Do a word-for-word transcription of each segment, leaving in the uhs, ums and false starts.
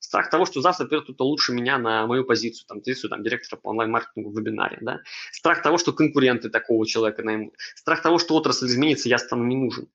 Страх того, что завтра придет кто-то лучше меня на мою позицию, там, позицию там, директора по онлайн-маркетингу в вебинаре. Да? Страх того, что конкуренты такого человека наймут. Страх того, что отрасль изменится, я стану не нужен.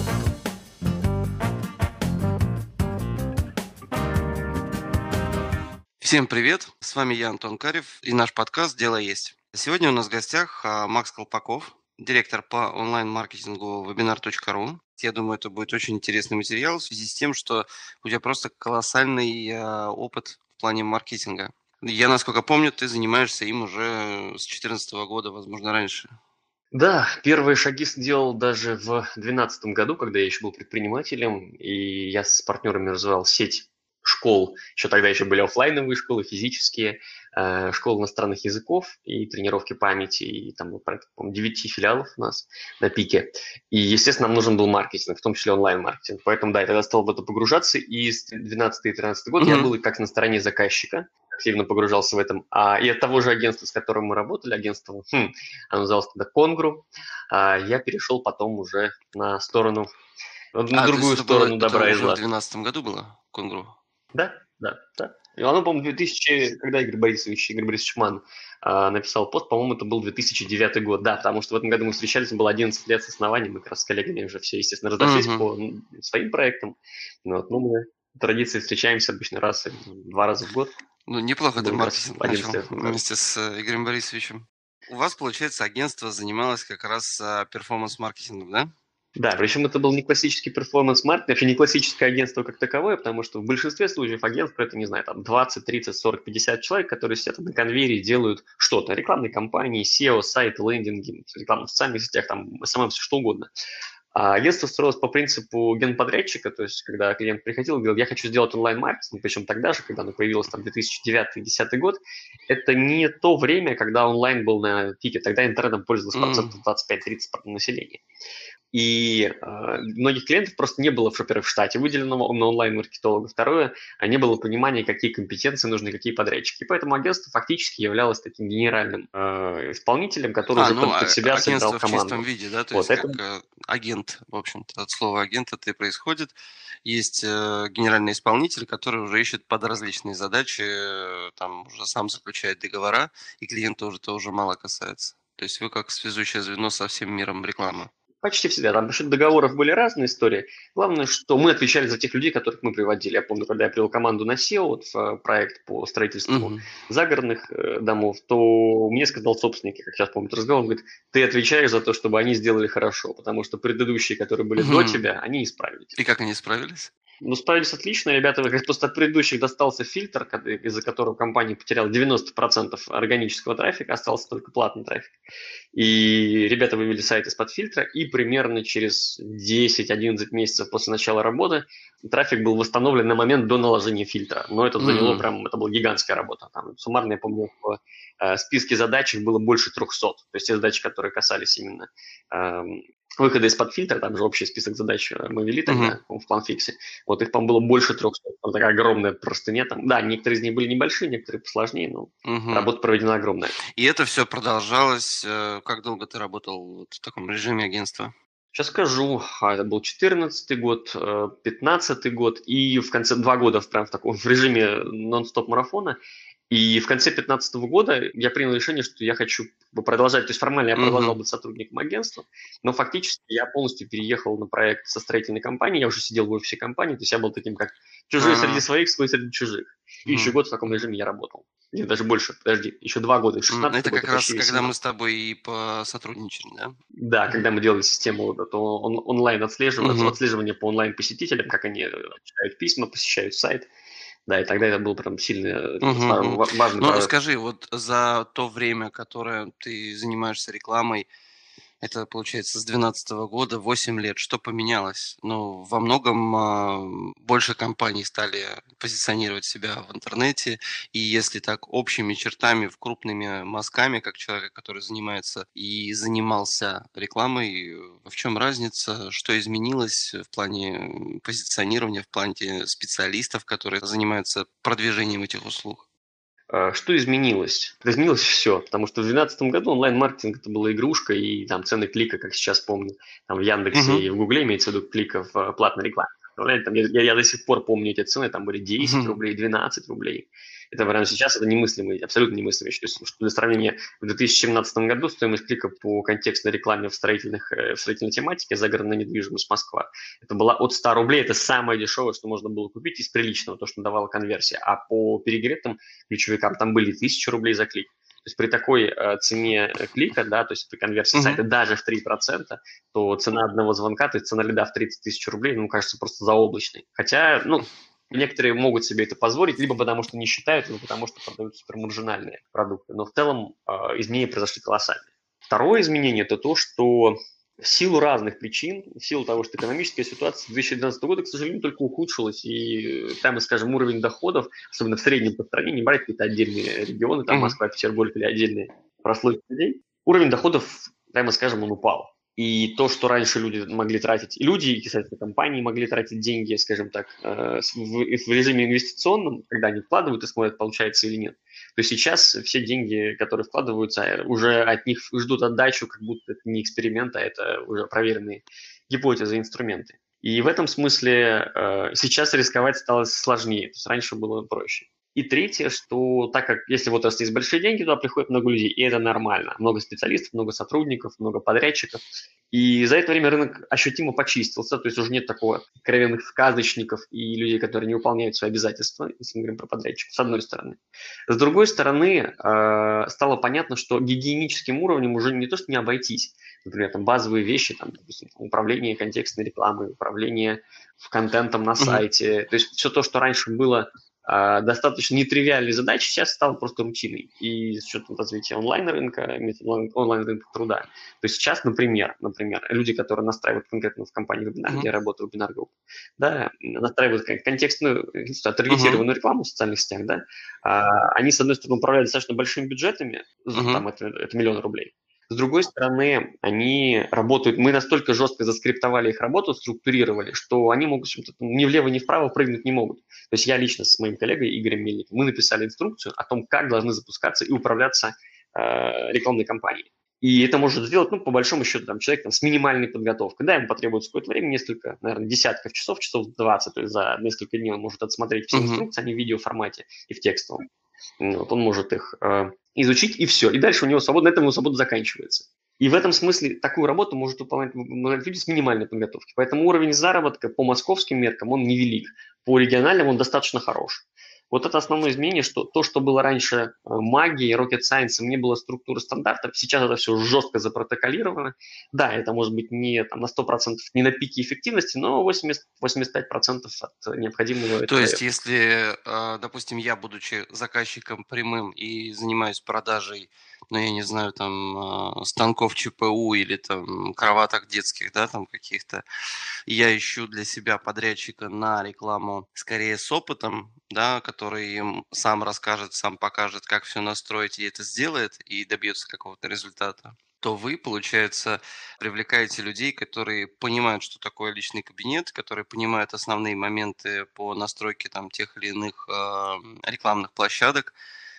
Всем привет! С вами я, Антон Карев, и наш подкаст «Дело есть». Сегодня у нас в гостях а, Макс Колпаков, директор по онлайн-маркетингу вебинар точка ру. Я думаю, это будет очень интересный материал в связи с тем, что у тебя просто колоссальный а, опыт в плане маркетинга. Я, насколько помню, ты занимаешься им уже с две тысячи четырнадцатого года, возможно, раньше. Да, первые шаги сделал даже в две тысячи двенадцатом году, когда я еще был предпринимателем, и я с партнерами развивал сеть школ. Еще тогда еще были оффлайновые школы, физические, э, школы иностранных языков и тренировки памяти. И там было порядка, по-моему, девяти филиалов у нас на пике. И, естественно, нам нужен был маркетинг, в том числе онлайн-маркетинг. Поэтому, да, я тогда стал в это погружаться. И с двенадцатый и тринадцатый год mm-hmm. я был как на стороне заказчика, активно погружался в этом. А, и от того же агентства, с которым мы работали, агентство, хм, оно называлось тогда Конгру, а, я перешел потом уже на сторону, на а, другую сторону было, добра это и зла. зла. В две тысячи двенадцатом году было Конгру? Да, да, да. И оно, по-моему, две тысячи, когда Игорь Борисович, Игорь Борисович Ман а, написал пост, по-моему, это был две тысячи девятый год, да, потому что в этом году мы встречались, было одиннадцать лет с основания, мы как раз с коллегами уже все, естественно, разошлись uh-huh. по своим проектам, вот, ну, мы традиции встречаемся обычно раз, два раза в год. Ну, неплохо ты маркетинг начал вместе с Игорем Борисовичем. У вас, получается, агентство занималось как раз перформанс-маркетингом, да? Да, причем это был не классический перформанс-маркетинг, и не классическое агентство как таковое, потому что в большинстве случаев агентство это, не знаю, там двадцать, тридцать, сорок, пятьдесят человек, которые сидят на конвейере и делают что-то. Рекламные кампании, сео, сайты, лендинги, реклама в социальных сетях, там, эс эм эм, все что угодно. А агентство строилось по принципу генподрядчика, то есть когда клиент приходил и говорил, я хочу сделать онлайн-маркетинг, причем тогда же, когда оно появилось там две тысячи девятый - две тысячи десятый год, это не то время, когда онлайн был на пике, тогда интернетом пользовалось процентов двадцать пять - тридцать населения. И э, многих клиентов просто не было, во-первых, в штате выделенного на онлайн-маркетолога. Второе, не было понимания, какие компетенции нужны, какие подрядчики. И поэтому агентство фактически являлось таким генеральным э, исполнителем, который а, уже ну, под себя собирал команду. Агентство в чистом виде, да? То вот, есть это... как агент, в общем-то, от слова агент это и происходит. Есть э, генеральный исполнитель, который уже ищет под различные задачи, э, там уже сам заключает договора, и клиента уже это уже мало касается. То есть вы как связующее звено со всем миром рекламы. Почти всегда. Там насчет договоров были разные истории. Главное, что мы отвечали за тех людей, которых мы приводили. Я помню, когда я привел команду на сео, вот, в проект по строительству uh-huh. загородных э, домов, то мне сказал собственник, как сейчас помню, разговор, он говорит, ты отвечаешь за то, чтобы они сделали хорошо, потому что предыдущие, которые были uh-huh. до тебя, они исправились. И как они справились? Ну, справились отлично, ребята, просто от предыдущих достался фильтр, из-за которого компания потеряла девяносто процентов органического трафика, остался только платный трафик. И ребята вывели сайт из-под фильтра, и примерно через десять-одиннадцать месяцев после начала работы трафик был восстановлен на момент до наложения фильтра. Но это заняло mm-hmm. прям, это была гигантская работа. Там, суммарно, я помню, в э, списке задач их было больше трехсот. То есть те задачи, которые касались именно э, выхода из-под фильтра, там же общий список задач мы вели тогда uh-huh. в планфиксе. Вот их, по-моему, было больше трехсот. Там такая огромная простыня. Там, да, некоторые из них были небольшие, некоторые посложнее, но uh-huh. работа проведена огромная. И это все продолжалось. Как долго ты работал в таком режиме агентства? Сейчас скажу. Это был четырнадцатый год, пятнадцатый год и в конце два года в, прям в таком в режиме нон-стоп марафона. И в конце две тысячи пятнадцатого года я принял решение, что я хочу продолжать, то есть формально я продолжал uh-huh. быть сотрудником агентства, но фактически я полностью переехал на проект со строительной компанией, я уже сидел в офисе компании, то есть я был таким как чужой uh-huh. среди своих, свой среди чужих. И uh-huh. еще год в таком режиме я работал. Или даже больше, подожди, еще два года, шестнадцатый Это год, как раз, когда мы с тобой и посотрудничали, да? Да, когда мы делали систему вот это, он, онлайн отслеживания, uh-huh. отслеживание по онлайн-посетителям, как они читают письма, посещают сайт. Да, и тогда это был прям сильно uh-huh. важный Ну, проект. Скажи, вот за то время, которое ты занимаешься рекламой, это, получается, с двенадцатого года, восемь лет, что поменялось? Ну, во многом а, больше компаний стали позиционировать себя в интернете, и если так общими чертами, в крупными мазками, как человек, который занимается и занимался рекламой, в чем разница, что изменилось в плане позиционирования, в плане специалистов, которые занимаются продвижением этих услуг? Что изменилось? Изменилось все, потому что в две тысячи двенадцатом году онлайн-маркетинг это была игрушка, и там цены клика, как сейчас помню, там в Яндексе uh-huh. и в Гугле имеется в виду кликов в платной рекламе, Представляете, там, я, я, я до сих пор помню эти цены, там были десять Мгм. рублей, двенадцать рублей. Это прямо сейчас это немыслимые, абсолютно немыслимые вещи. То есть, что для сравнения, в две тысячи семнадцатом году стоимость клика по контекстной рекламе в, строительных, э, в строительной тематике загородная недвижимость Москва, это была от ста рублей, это самое дешевое, что можно было купить из приличного, то, что давала конверсия. А по перегретым ключевикам там были тысячи рублей за клик. То есть при такой э, цене клика, да, то есть при конверсии Мгм. сайта даже в три процента, то цена одного звонка, то есть цена лида в тридцать тысяч рублей, ну, кажется просто заоблачной. Хотя, ну, некоторые могут себе это позволить, либо потому что не считают, либо потому что продают супермаржинальные продукты. Но в целом э, изменения произошли колоссальные. Второе изменение – это то, что в силу разных причин, в силу того, что экономическая ситуация с две тысячи двенадцатого года, к сожалению, только ухудшилась, и прямо скажем, уровень доходов, особенно в среднем по стране, не брать какие-то отдельные регионы, там Мгм. Москва, Петербург или отдельные прослойки людей, уровень доходов, прямо скажем, он упал. И то, что раньше люди могли тратить, и люди, и, кстати, компании могли тратить деньги, скажем так, э, в, в режиме инвестиционном, когда они вкладывают и смотрят, получается или нет, то сейчас все деньги, которые вкладываются, уже от них ждут отдачу, как будто это не эксперимент, а это уже проверенные гипотезы, инструменты. И в этом смысле э, сейчас рисковать стало сложнее, то есть раньше было проще. И третье, что так как если в отрасли есть большие деньги, туда приходит много людей, и это нормально. Много специалистов, много сотрудников, много подрядчиков. И за это время рынок ощутимо почистился, то есть уже нет такого откровенных сказочников и людей, которые не выполняют свои обязательства, если мы говорим про подрядчиков, с одной стороны. С другой стороны, э, стало понятно, что гигиеническим уровнем уже не то, что не обойтись. Например, там базовые вещи, там, допустим, управление контекстной рекламой, управление контентом на Мгм. сайте. То есть все то, что раньше было э, достаточно нетривиальной задачей, сейчас стало просто рутиной. И с учетом развития онлайн-рынка, онлайн-рынка труда. То есть сейчас, например, например, люди, которые настраивают конкретно в компании вебинар, где Мгм. я работаю, Webinar Group, да, настраивают контекстную, Мгм. таргетированную рекламу в социальных сетях, да, а, они, с одной стороны, управляют достаточно большими бюджетами, Мгм. там это, это миллион рублей. С другой стороны, они работают, мы настолько жестко заскриптовали их работу, структурировали, что они могут ни влево, ни вправо прыгнуть не могут. То есть я лично с моим коллегой Игорем Мельником, мы написали инструкцию о том, как должны запускаться и управляться э, рекламные кампании. И это может сделать, ну, по большому счету, там, человек там, с минимальной подготовкой. Да, ему потребуется какое-то время, несколько, наверное, десятков часов, часов двадцать, то есть за несколько дней он может отсмотреть все Мгм. инструкции, они в видеоформате и в текстовом. Вот, он может их э, изучить, и все. И дальше у него свобода, на этом его свобода заканчивается. И в этом смысле такую работу может выполнять люди с минимальной подготовкой. Поэтому уровень заработка по московским меркам, он невелик. По региональным он достаточно хорош. Вот это основное изменение, что то, что было раньше э, магией, rocket science, не было структуры стандартов, сейчас это все жестко запротоколировано. Да, это может быть не там, на сто процентов, не на пике эффективности, но восемьдесят-восемьдесят пять процентов от необходимого То есть, это. если, а, допустим, я, будучи заказчиком прямым и занимаюсь продажей, ну, я не знаю, там, а, станков ЧПУ или там кроваток детских, да, там каких-то, и я ищу для себя подрядчика на рекламу скорее с опытом, да, который им сам расскажет, сам покажет, как все настроить, и это сделает, и добьется какого-то результата, то вы, получается, привлекаете людей, которые понимают, что такое личный кабинет, которые понимают основные моменты по настройке там тех или иных а, рекламных площадок,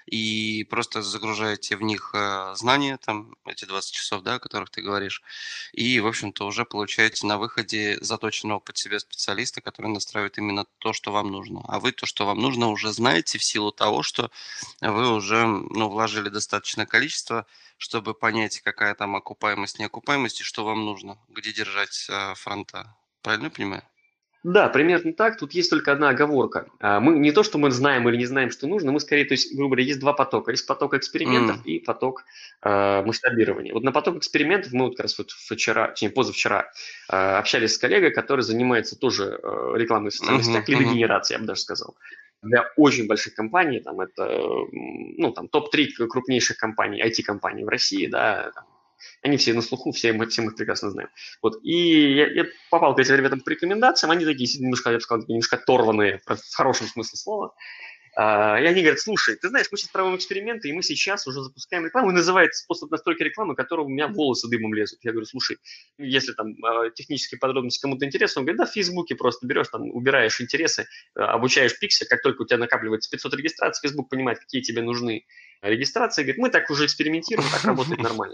и просто загружаете в них а, знания, там, эти двадцать часов, да, о которых ты говоришь, и, в общем-то, уже получаете на выходе заточенного под себя специалиста, который настраивает именно то, что вам нужно. А вы то, что вам нужно, уже знаете в силу того, что вы уже, ну, вложили достаточное количество, чтобы понять, какая там окупаемость, неокупаемость и что вам нужно, где держать а, фронта. Правильно я понимаю? Да, примерно так. Тут есть только одна оговорка. А, Мы не то, что мы знаем или не знаем, что нужно, мы скорее, то есть, грубо говоря, есть два потока. Есть поток экспериментов М, и поток э, масштабирования. Вот на поток экспериментов мы вот как раз вот вчера, точнее, позавчера э, общались с коллегой, который занимается тоже э, рекламой в социальных мгм, сетях, мгм. лидогенерацией, я бы даже сказал. Для очень больших компаний, там это, м, ну, там топ три крупнейших компаний, ай ти-компаний в России, да, они все на слуху, все мы, все мы их прекрасно знаем. Вот. И я, я попал к этим ребятам по рекомендациям, они такие немножко, я бы сказал, немножко оторванные, в хорошем смысле слова. А, и они говорят, слушай, ты знаешь, мы сейчас проводим эксперименты, и мы сейчас уже запускаем рекламу, и называется способ настройки рекламы, которого у меня волосы дымом лезут. Я говорю, слушай, если там а, технические подробности кому-то интересны, он говорит, да, в Фейсбуке просто берешь, там, убираешь интересы, а, обучаешь пиксель, как только у тебя накапливается пятьсот регистраций, Facebook понимает, какие тебе нужны регистрации, говорит, мы так уже экспериментируем, так работает нормально.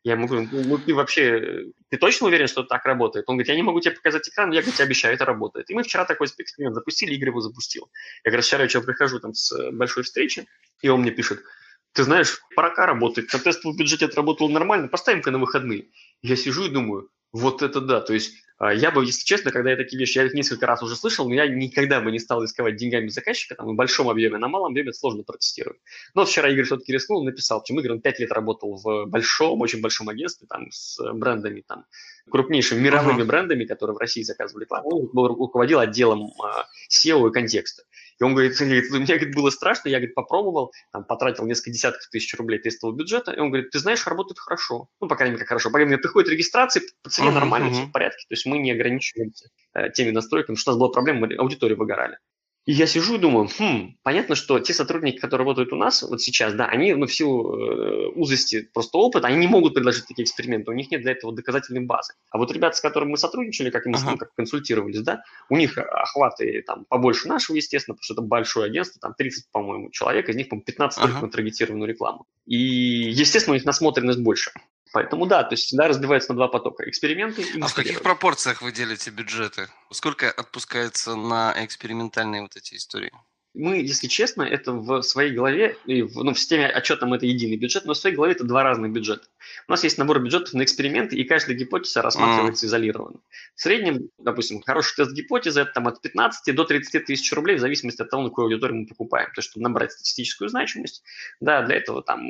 Я ему говорю, ну, ну ты вообще, ты точно уверен, что это так работает? Он говорит, я не могу тебе показать экран, но я говорю, тебе обещаю, это работает. И мы вчера такой эксперимент запустили, Игорь его запустил. Я как раз вчера вечером прихожу там с большой встречи, и он мне пишет, ты знаешь, парака работает, на тестовом бюджете отработал нормально, поставим-ка на выходные. Я сижу и думаю, вот это да, то есть а, я бы, если честно, когда я такие вещи, я их несколько раз уже слышал, но я никогда бы не стал рисковать деньгами заказчика, там, в большом объеме, на малом объеме это сложно протестировать. Но вчера Игорь все-таки рискнул, написал, почему Игорь, он пять лет работал в большом, очень большом агентстве, там, с брендами, там, крупнейшими мировыми Мгм. брендами, которые в России заказывали рекламу, он был, руководил отделом а, сео и контекста. И он говорит, говорит, мне говорит, было страшно, я говорит, попробовал, там, потратил несколько десятков тысяч рублей тестового бюджета, и он говорит, ты знаешь, работает хорошо. Ну, по крайней мере, как хорошо. По крайней мере, приходит регистрации, по цене Мгм, нормально, все в мгм. порядке. То есть мы не ограничиваемся э, теми настройками, что у нас была проблема, мы аудиторию выгорали. И я сижу и думаю, хм, понятно, что те сотрудники, которые работают у нас вот сейчас, да, они ну, в силу э, узости просто опыта, они не могут предложить такие эксперименты, у них нет для этого доказательной базы. А вот ребята, с которыми мы сотрудничали, как и мы с ним Ага. как консультировались, да, у них охваты там побольше нашего, естественно, потому что это большое агентство, там тридцать, по-моему, человек, из них, по-моему, пятнадцать только Ага. на таргетированную рекламу. И, естественно, у них насмотренность больше. Поэтому да, то есть всегда разбивается на два потока. Эксперименты и А в каких масштабирование. пропорциях вы делите бюджеты? Сколько отпускается на экспериментальные вот эти истории? Мы, если честно, это в своей голове, и в, ну, в системе отчетом это единый бюджет, но в своей голове это два разных бюджета. У нас есть набор бюджетов на эксперименты, и каждая гипотеза М, рассматривается изолированно. В среднем, допустим, хороший тест гипотезы – это там, от пятнадцати до тридцати тысяч рублей, в зависимости от того, на какую аудиторию мы покупаем. То есть, чтобы набрать статистическую значимость, да, для этого там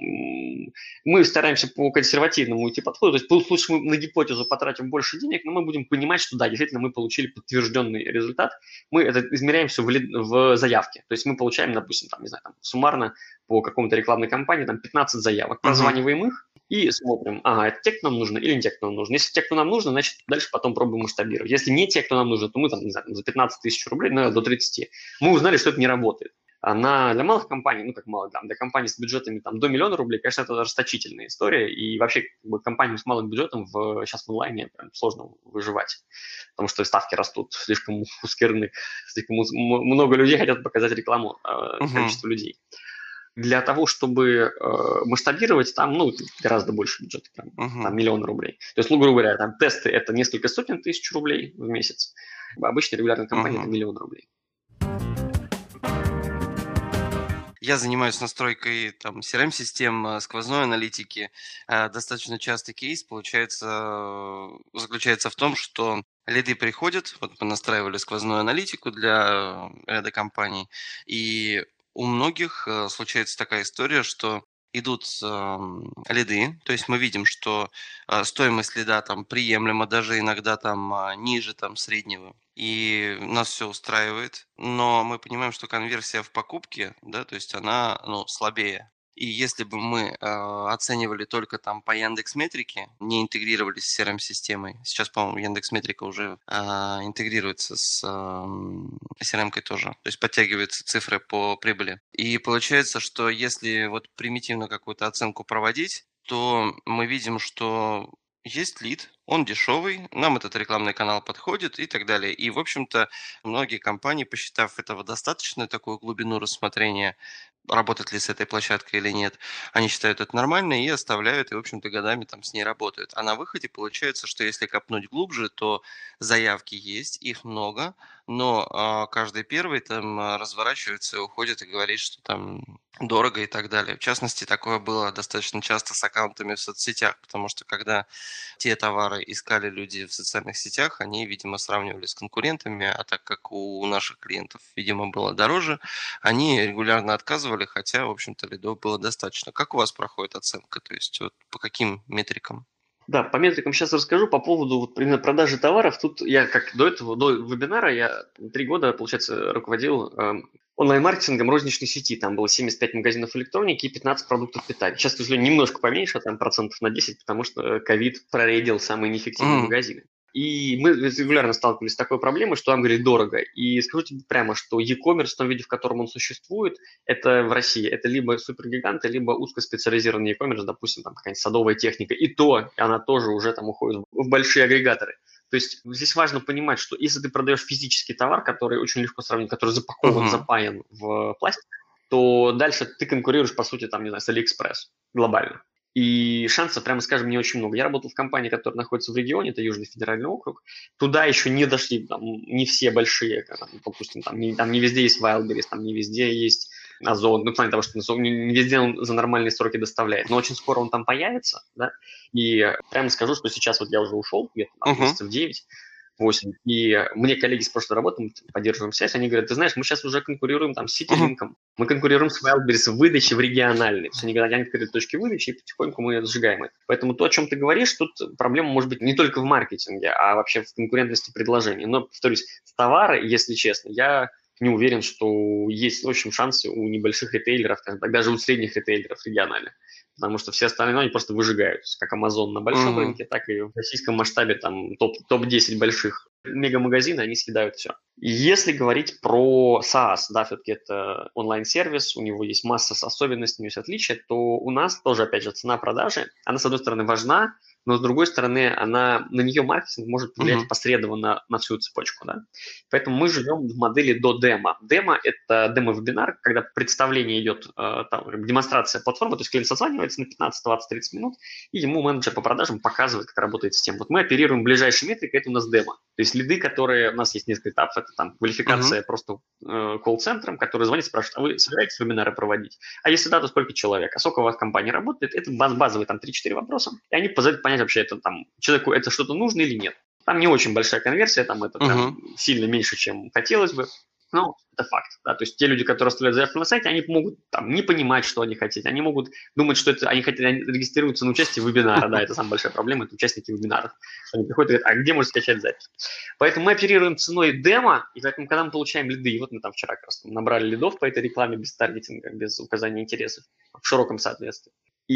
мы стараемся по консервативному идти подходу. То есть, лучше мы на гипотезу потратим больше денег, но мы будем понимать, что да, действительно мы получили подтвержденный результат. Мы это измеряем все в, в заявке. То есть мы получаем, допустим, там, не знаю, там, суммарно по какому-то рекламной кампании там пятнадцать заявок, мгм. прозваниваем их и смотрим, ага, это те, кто нам нужны или не те, кто нам нужны. Если те, кто нам нужны, значит, дальше потом пробуем масштабировать. Если не те, кто нам нужны, то мы там, не знаю, за пятнадцать тысяч рублей, ну, до тридцати, мы узнали, что это не работает. А на, для малых компаний, ну как мало, там, для компаний с бюджетами там, до миллиона рублей, конечно, это расточительная история. И вообще как бы, компаниям с малым бюджетом в, сейчас в онлайне прям сложно выживать, потому что ставки растут, слишком узкий рынок, слишком уз- м- много людей хотят показать рекламу, э, Мгм. количество людей. Для того, чтобы э, масштабировать, там ну, гораздо больше бюджета, прям, там Мгм. миллион рублей. То есть, ну, грубо говоря, там тесты – это несколько сотен тысяч рублей в месяц, а обычная регулярная компания – это Мгм. миллион рублей. Я занимаюсь настройкой там си ар эм-систем, э, сквозной аналитики. Э, Достаточно частый кейс получается, э, заключается в том, что лиды приходят, вот мы настраивали сквозную аналитику для э, ряда компаний, и у многих э, случается такая история, что идут эм, лиды, то есть мы видим, что э, стоимость лида там приемлема, даже иногда там а, ниже там среднего, и нас все устраивает, но мы понимаем, что конверсия в покупке, да, то есть она, ну, слабее. И если бы мы а, оценивали только там по Яндекс.Метрике, не интегрировались с си ар эм-системой, сейчас, по-моему, Яндекс.Метрика уже а, интегрируется с ам, си ар эм-кой тоже, то есть подтягиваются цифры по прибыли. И получается, что если вот примитивно какую-то оценку проводить, то мы видим, что есть лид, он дешевый, нам этот рекламный канал подходит и так далее. И, в общем-то, многие компании, посчитав этого достаточно, такую глубину рассмотрения, работать ли с этой площадкой или нет, они считают это нормально и оставляют, и, в общем-то, годами там с ней работают. А на выходе получается, что если копнуть глубже, то заявки есть, их много, но а, каждый первый там а, разворачивается и уходит и говорит, что там дорого и так далее. В частности, такое было достаточно часто с аккаунтами в соцсетях, потому что когда те товары искали люди в социальных сетях, они, видимо, сравнивали с конкурентами, а так как у наших клиентов, видимо, было дороже, они регулярно отказывали, хотя, в общем-то, лидов было достаточно. Как у вас проходит оценка? То есть вот по каким метрикам? Да, по метрикам сейчас расскажу по поводу вот, именно продажи товаров. Тут я как до этого, до вебинара, я три года, получается, руководил эм, онлайн-маркетингом розничной сети. Там было семьдесят пять магазинов электроники и пятнадцать продуктов питания. Сейчас, к сожалению, немножко поменьше, там процентов на десять, потому что ковид проредил самые неэффективные М, магазины. И мы регулярно сталкивались с такой проблемой, что нам говорили дорого. И скажу тебе прямо, что e-commerce в том виде, в котором он существует, это в России. Это либо супергиганты, либо узкоспециализированный e-commerce, допустим, там какая-нибудь садовая техника. И то она тоже уже там уходит в большие агрегаторы. То есть здесь важно понимать, что если ты продаешь физический товар, который очень легко сравнить, который запакован, мгм. запаян в пластик, то дальше ты конкурируешь, по сути, там, не знаю, с AliExpress глобально. И шансов, прямо скажем, не очень много. Я работал в компании, которая находится в регионе, это Южный федеральный округ. Туда еще не дошли там, не все большие, как, там, допустим, там не, там не везде есть Wildberries, там не везде есть Озон, ну, в плане того, что не, не везде он за нормальные сроки доставляет. Но очень скоро он там появится, да. И прямо скажу, что сейчас вот я уже ушел, где-то там, Мгм. месяцев девять, восемь, и мне коллеги с прошлой работы, мы поддерживаем связь, они говорят, ты знаешь, мы сейчас уже конкурируем там с Мгм. Ситилинком, мы конкурируем с Wildberries в выдаче в региональной. То есть они говорят, они открыли точки выдачи, и потихоньку мы сжигаем это. Поэтому то, о чем ты говоришь, тут проблема может быть не только в маркетинге, а вообще в конкурентности предложений. Но, повторюсь, с товара, если честно, я не уверен, что есть, в общем, шансы у небольших ритейлеров, даже у средних ритейлеров региональных. Потому что все остальные, ну, они просто выжигают. Как Amazon на большом Мгм. рынке, так и в российском масштабе там топ, топ-десять больших мегамагазинов, они съедают все. И если говорить про SaaS, да, все-таки это онлайн-сервис, у него есть масса особенностей, у него есть отличия, то у нас тоже, опять же, цена продажи, она, с одной стороны, важна, но, с другой стороны, она, на нее маркетинг может влиять Мгм. опосредованно на всю цепочку, да. Поэтому мы живем в модели до демо. Демо – это демо-вебинар, когда представление идет, э, там, демонстрация платформы, то есть клиент созванивается на пятнадцать, двадцать, тридцать минут, и ему менеджер по продажам показывает, как работает система. Вот мы оперируем ближайшей метрикой, это у нас демо. То есть лиды, которые, у нас есть несколько этапов, это там квалификация Мгм. просто э, колл-центром, который звонит, спрашивает, а вы собираетесь вебинары проводить? А если да, то сколько человек? А сколько у вас компания работает? Это базовые там три-четыре вопроса, и они позволяют понять вообще, это там человеку это что-то нужно или нет. Там не очень большая конверсия, там это Мгм. прям сильно меньше, чем хотелось бы. Но это факт. Да? То есть те люди, которые оставляют заявку на сайте, они могут там, не понимать, что они хотят. Они могут думать, что это они хотят, они регистрируются на участие в вебинара. Да, это самая большая проблема, это участники вебинаров. Они приходят и говорят, а где можно скачать запись? Поэтому мы оперируем ценой демо, и поэтому, когда мы получаем лиды, и вот мы там вчера как раз там набрали лидов по этой рекламе без таргетинга, без указания интересов, в широком соответствии.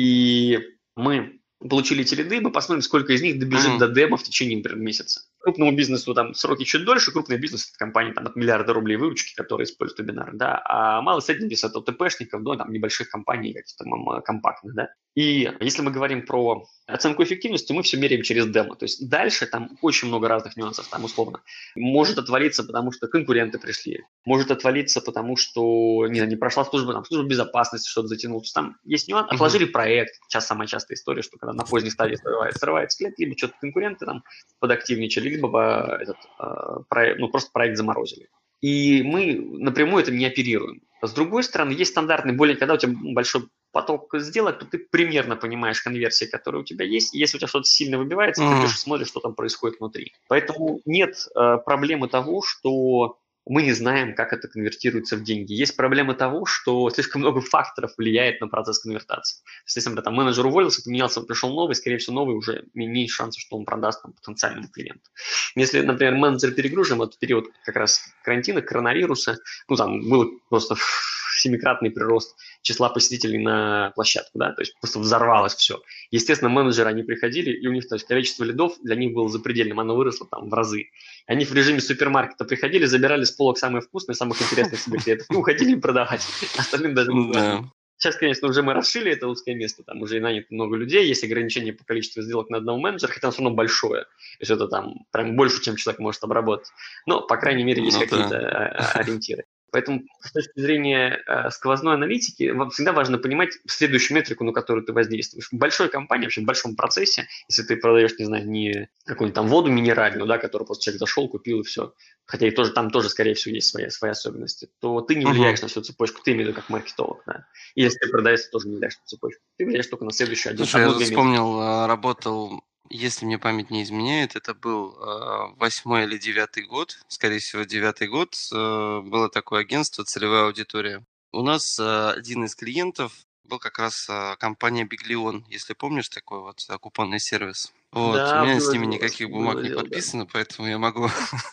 И мы получили эти лиды, мы посмотрим, сколько из них добежит Мгм. до демо в течение, например, месяца. Крупному бизнесу там сроки чуть дольше, крупный бизнес – это компании там, от миллиарда рублей выручки, которые используют вебинары, да, а малый средний бизнес – это ОТПшников, до там, небольших компаний, каких-то там, компактных, да. И если мы говорим про оценку эффективности, мы все меряем через демо. То есть дальше там очень много разных нюансов, там условно. Может отвалиться, потому что конкуренты пришли. Может отвалиться, потому что не, знаю, не прошла служба, там, служба безопасности, что-то затянуло. То есть там есть нюанс. Мгм. Отложили проект. Сейчас самая частая история, что когда на поздней стадии срывается, срывается клиент, либо что-то конкуренты там подактивничали, либо этот, э, проект, ну, просто проект заморозили. И мы напрямую это не оперируем. С другой стороны, есть стандартный, более когда у тебя большой поток сделок, то ты примерно понимаешь конверсии, которые у тебя есть. И если у тебя что-то сильно выбивается, ты идешь Мгм. и смотришь, что там происходит внутри. Поэтому нет э, проблемы того, что мы не знаем, как это конвертируется в деньги. Есть проблема того, что слишком много факторов влияет на процесс конвертации. То есть, если, например, там, менеджер уволился, поменялся, пришел новый, скорее всего, новый уже меньше шансов, что он продаст там, потенциальному клиенту. Если, например, менеджер перегружен, вот в период как раз карантина, коронавируса, ну, там был просто семикратный прирост числа посетителей на площадку, да, то есть просто взорвалось все. Естественно, менеджеры, они приходили, и у них, то есть, количество лидов для них было запредельным, оно выросло там в разы. Они в режиме супермаркета приходили, забирали с полок самые вкусные, самых интересных себе клиентов и уходили им продавать. Остальным даже было Да. обидно. Сейчас, конечно, уже мы расшили это узкое место, там уже и нанято много людей, есть ограничения по количеству сделок на одного менеджера, хотя оно все равно большое, то есть это там прям больше, чем человек может обработать. Но, по крайней мере, есть Ну какие-то да. а, ориентиры. Поэтому с точки зрения э, сквозной аналитики вам всегда важно понимать следующую метрику, на которую ты воздействуешь. В большой компании, вообще в большом процессе, если ты продаешь, не знаю, не какую-нибудь там воду минеральную, да, которую просто человек зашел, купил и все, хотя и тоже, там тоже, скорее всего, есть свои, свои особенности, то ты не влияешь Мгм. на всю цепочку, ты имею в виду как маркетолог, да. И если ты продаешь, ты тоже не влияешь на цепочку. Ты влияешь только на следующую один, Слушай, я тут одну-две метрики. вспомнил, а, работал, если мне память не изменяет, это был а, восьмой или девятый год, скорее всего, девятый год. э, Было такое агентство «Целевая аудитория». У нас а, один из клиентов был как раз а, компания «Биглион», если помнишь, такой вот а, купонный сервис. Вот, у Да, меня с было ними дело, никаких бумаг было не дело, да. подписано, поэтому я могу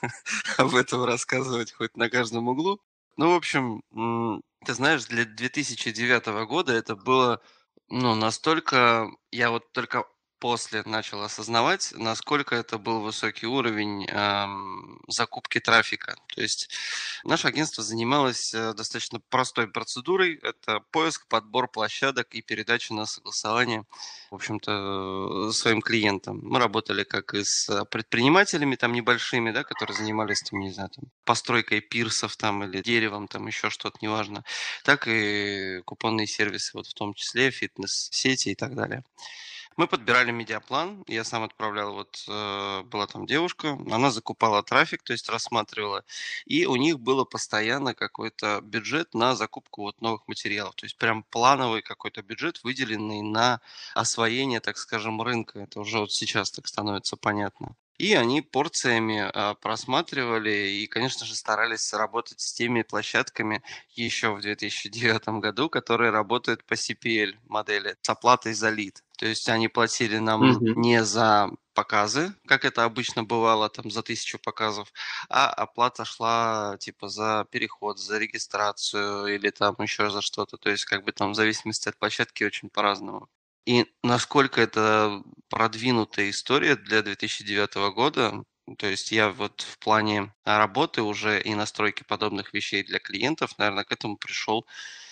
об этом рассказывать хоть на каждом углу. Ну, в общем, м, ты знаешь, для две тысячи девятого года это было, ну, настолько я вот только после начал осознавать, насколько это был высокий уровень эм, закупки трафика. То есть наше агентство занималось э, достаточно простой процедурой. Это поиск, подбор площадок и передача на согласование, в общем-то, э, своим клиентам. Мы работали как и с предпринимателями там небольшими, да, которые занимались, там, не знаю, там, постройкой пирсов там, или деревом, там еще что-то, неважно, так и купонные сервисы, вот в том числе фитнес-сети и так далее. Мы подбирали медиаплан, я сам отправлял, вот э, была там девушка, она закупала трафик, то есть рассматривала, и у них было постоянно какой-то бюджет на закупку вот новых материалов, то есть прям плановый какой-то бюджет, выделенный на освоение, так скажем, рынка. Это уже вот сейчас так становится понятно. И они порциями а, просматривали и, конечно же, старались работать с теми площадками еще в две тысячи девятом году, которые работают по си пи эл модели с оплатой за лид. То есть они платили нам Мгм. не за показы, как это обычно бывало, там за тысячу показов, а оплата шла типа за переход, за регистрацию или там еще за что-то. То есть как бы там в зависимости от площадки очень по-разному. И насколько это продвинутая история для две тысячи девятого года, то есть я вот в плане работы уже и настройки подобных вещей для клиентов, наверное, к этому пришел,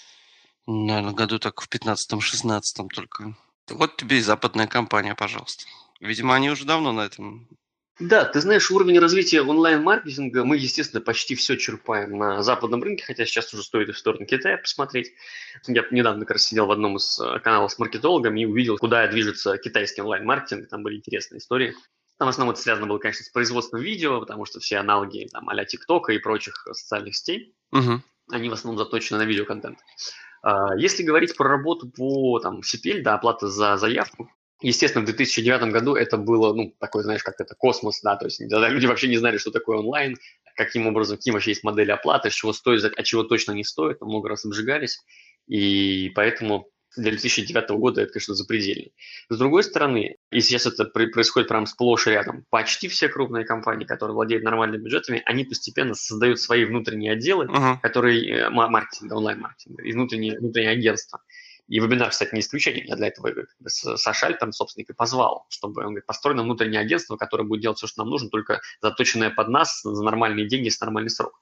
наверное, году так в пятнадцатом-шестнадцатом только. Вот тебе и западная компания, пожалуйста. Видимо, они уже давно на этом. Да, ты знаешь, уровень развития онлайн-маркетинга мы, естественно, почти все черпаем на западном рынке, хотя сейчас уже стоит и в сторону Китая посмотреть. Я недавно как раз сидел в одном из э, каналов с маркетологами и увидел, куда движется китайский онлайн-маркетинг, там были интересные истории. Там в основном это связано было, конечно, с производством видео, потому что все аналоги там, а-ля ТикТока и прочих э, социальных сетей, Мгм. они в основном заточены на видеоконтент. А, Если говорить про работу по там, си пи эл, да, оплата за заявку, естественно, в две тысячи девятом году это было, ну, такой, знаешь, как это, космос, да, то есть тогда люди вообще не знали, что такое онлайн, каким образом, какие вообще есть модели оплаты, с чего стоит, а чего точно не стоит, там много раз обжигались, и поэтому для две тысячи девятого года это, конечно, запредельно. С другой стороны, и сейчас это при- происходит прям сплошь и рядом, почти все крупные компании, которые владеют нормальными бюджетами, они постепенно создают свои внутренние отделы, Мгм. которые э, ма- маркетинга, онлайн-маркетинга, и внутренние, внутренние агентства. И вебинар, кстати, не исключение. Я для этого как бы, с- Саша Альтом, собственник, и позвал, чтобы он говорит, построено внутреннее агентство, которое будет делать все, что нам нужно, только заточенное под нас за нормальные деньги с нормальный срок.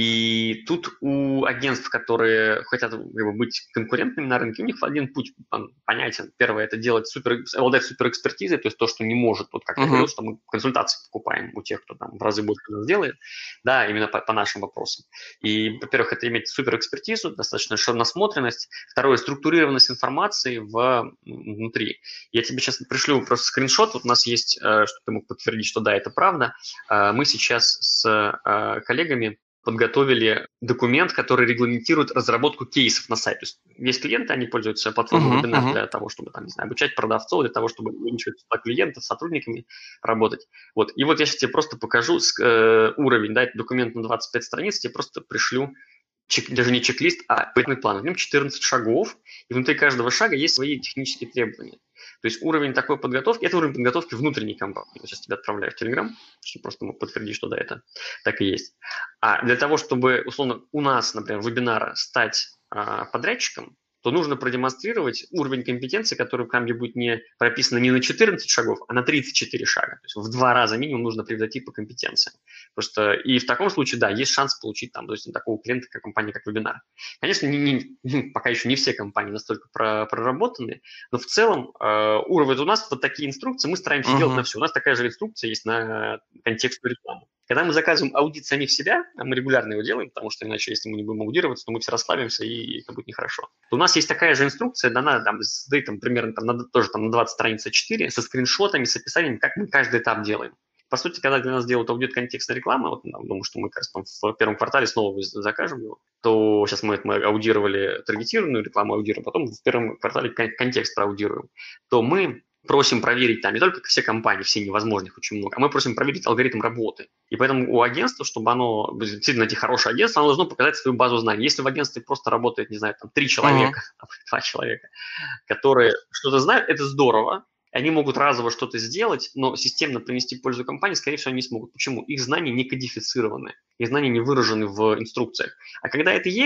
И тут у агентств, которые хотят как бы, быть конкурентными на рынке, у них один путь он понятен. Первое – это делать супер, обладать суперэкспертизой, то есть то, что не может, вот как я говорил, Мгм. что мы консультации покупаем у тех, кто там в разы больше нас делает, да, именно по, по нашим вопросам. И, во-первых, это иметь суперэкспертизу, достаточно широкую насмотренность. Второе – структурированность информации в, внутри. Я тебе сейчас пришлю просто скриншот. Вот у нас есть, э, что ты мог подтвердить, что да, это правда. Э, Мы сейчас с э, коллегами подготовили документ, который регламентирует разработку кейсов на сайте. То есть есть клиенты, они пользуются платформой Мгм. вебинар Мгм. для того, чтобы там, не знаю, обучать продавцов, для того, чтобы ограничивать числа клиентов, с сотрудниками работать. Вот. И вот я сейчас тебе просто покажу э, уровень, да, это документ на двадцать пять страниц, тебе просто пришлю чек, даже не чек-лист, а поэтапный план. В нем четырнадцать шагов, и внутри каждого шага есть свои технические требования. То есть уровень такой подготовки – это уровень подготовки внутренней компании. Я сейчас тебя отправляю в Телеграм, чтобы просто мог подтвердить, что да, это так и есть. А для того, чтобы, условно, у нас, например, вебинара стать а, подрядчиком, то нужно продемонстрировать уровень компетенции, который в Canva будет не прописано не на четырнадцать шагов, а на тридцать четыре шага. То есть в два раза минимум нужно превзойти по компетенциям. Просто и в таком случае, да, есть шанс получить там, то есть такого клиента, как компания, как вебинар. Конечно, не, не, пока еще не все компании настолько про, проработаны, но в целом э, уровень у нас вот такие инструкции, мы стараемся делать на Мгм. все. У нас такая же инструкция есть на контекстную рекламу. Когда мы заказываем аудит самих себя, а мы регулярно его делаем, потому что иначе, если мы не будем аудироваться, то мы все расслабимся, и это будет нехорошо. То у нас есть такая же инструкция, дана там, с дейтом примерно там, на, тоже там, на двадцать страниц а четыре, со скриншотами, с описанием, как мы каждый этап делаем. По сути, когда для нас делают аудит контекстной рекламы, вот, ну, думаю, что мы как раз там в первом квартале снова закажем его, то сейчас мы, мы аудировали таргетированную рекламу, аудируем, потом в первом квартале контекст проаудируем, то мы просим проверить там не только все компании, все невозможных очень много, а мы просим проверить алгоритм работы. И поэтому у агентства, чтобы оно действительно найти хорошее агентство, оно должно показать свою базу знаний. Если в агентстве просто работает, не знаю, там три Мгм. человека, два человека, которые что-то знают, это здорово. Они могут разово что-то сделать, но системно принести пользу компании, скорее всего, они не смогут. Почему? Их знания не кодифицированы, их знания не выражены в инструкциях. А когда это есть,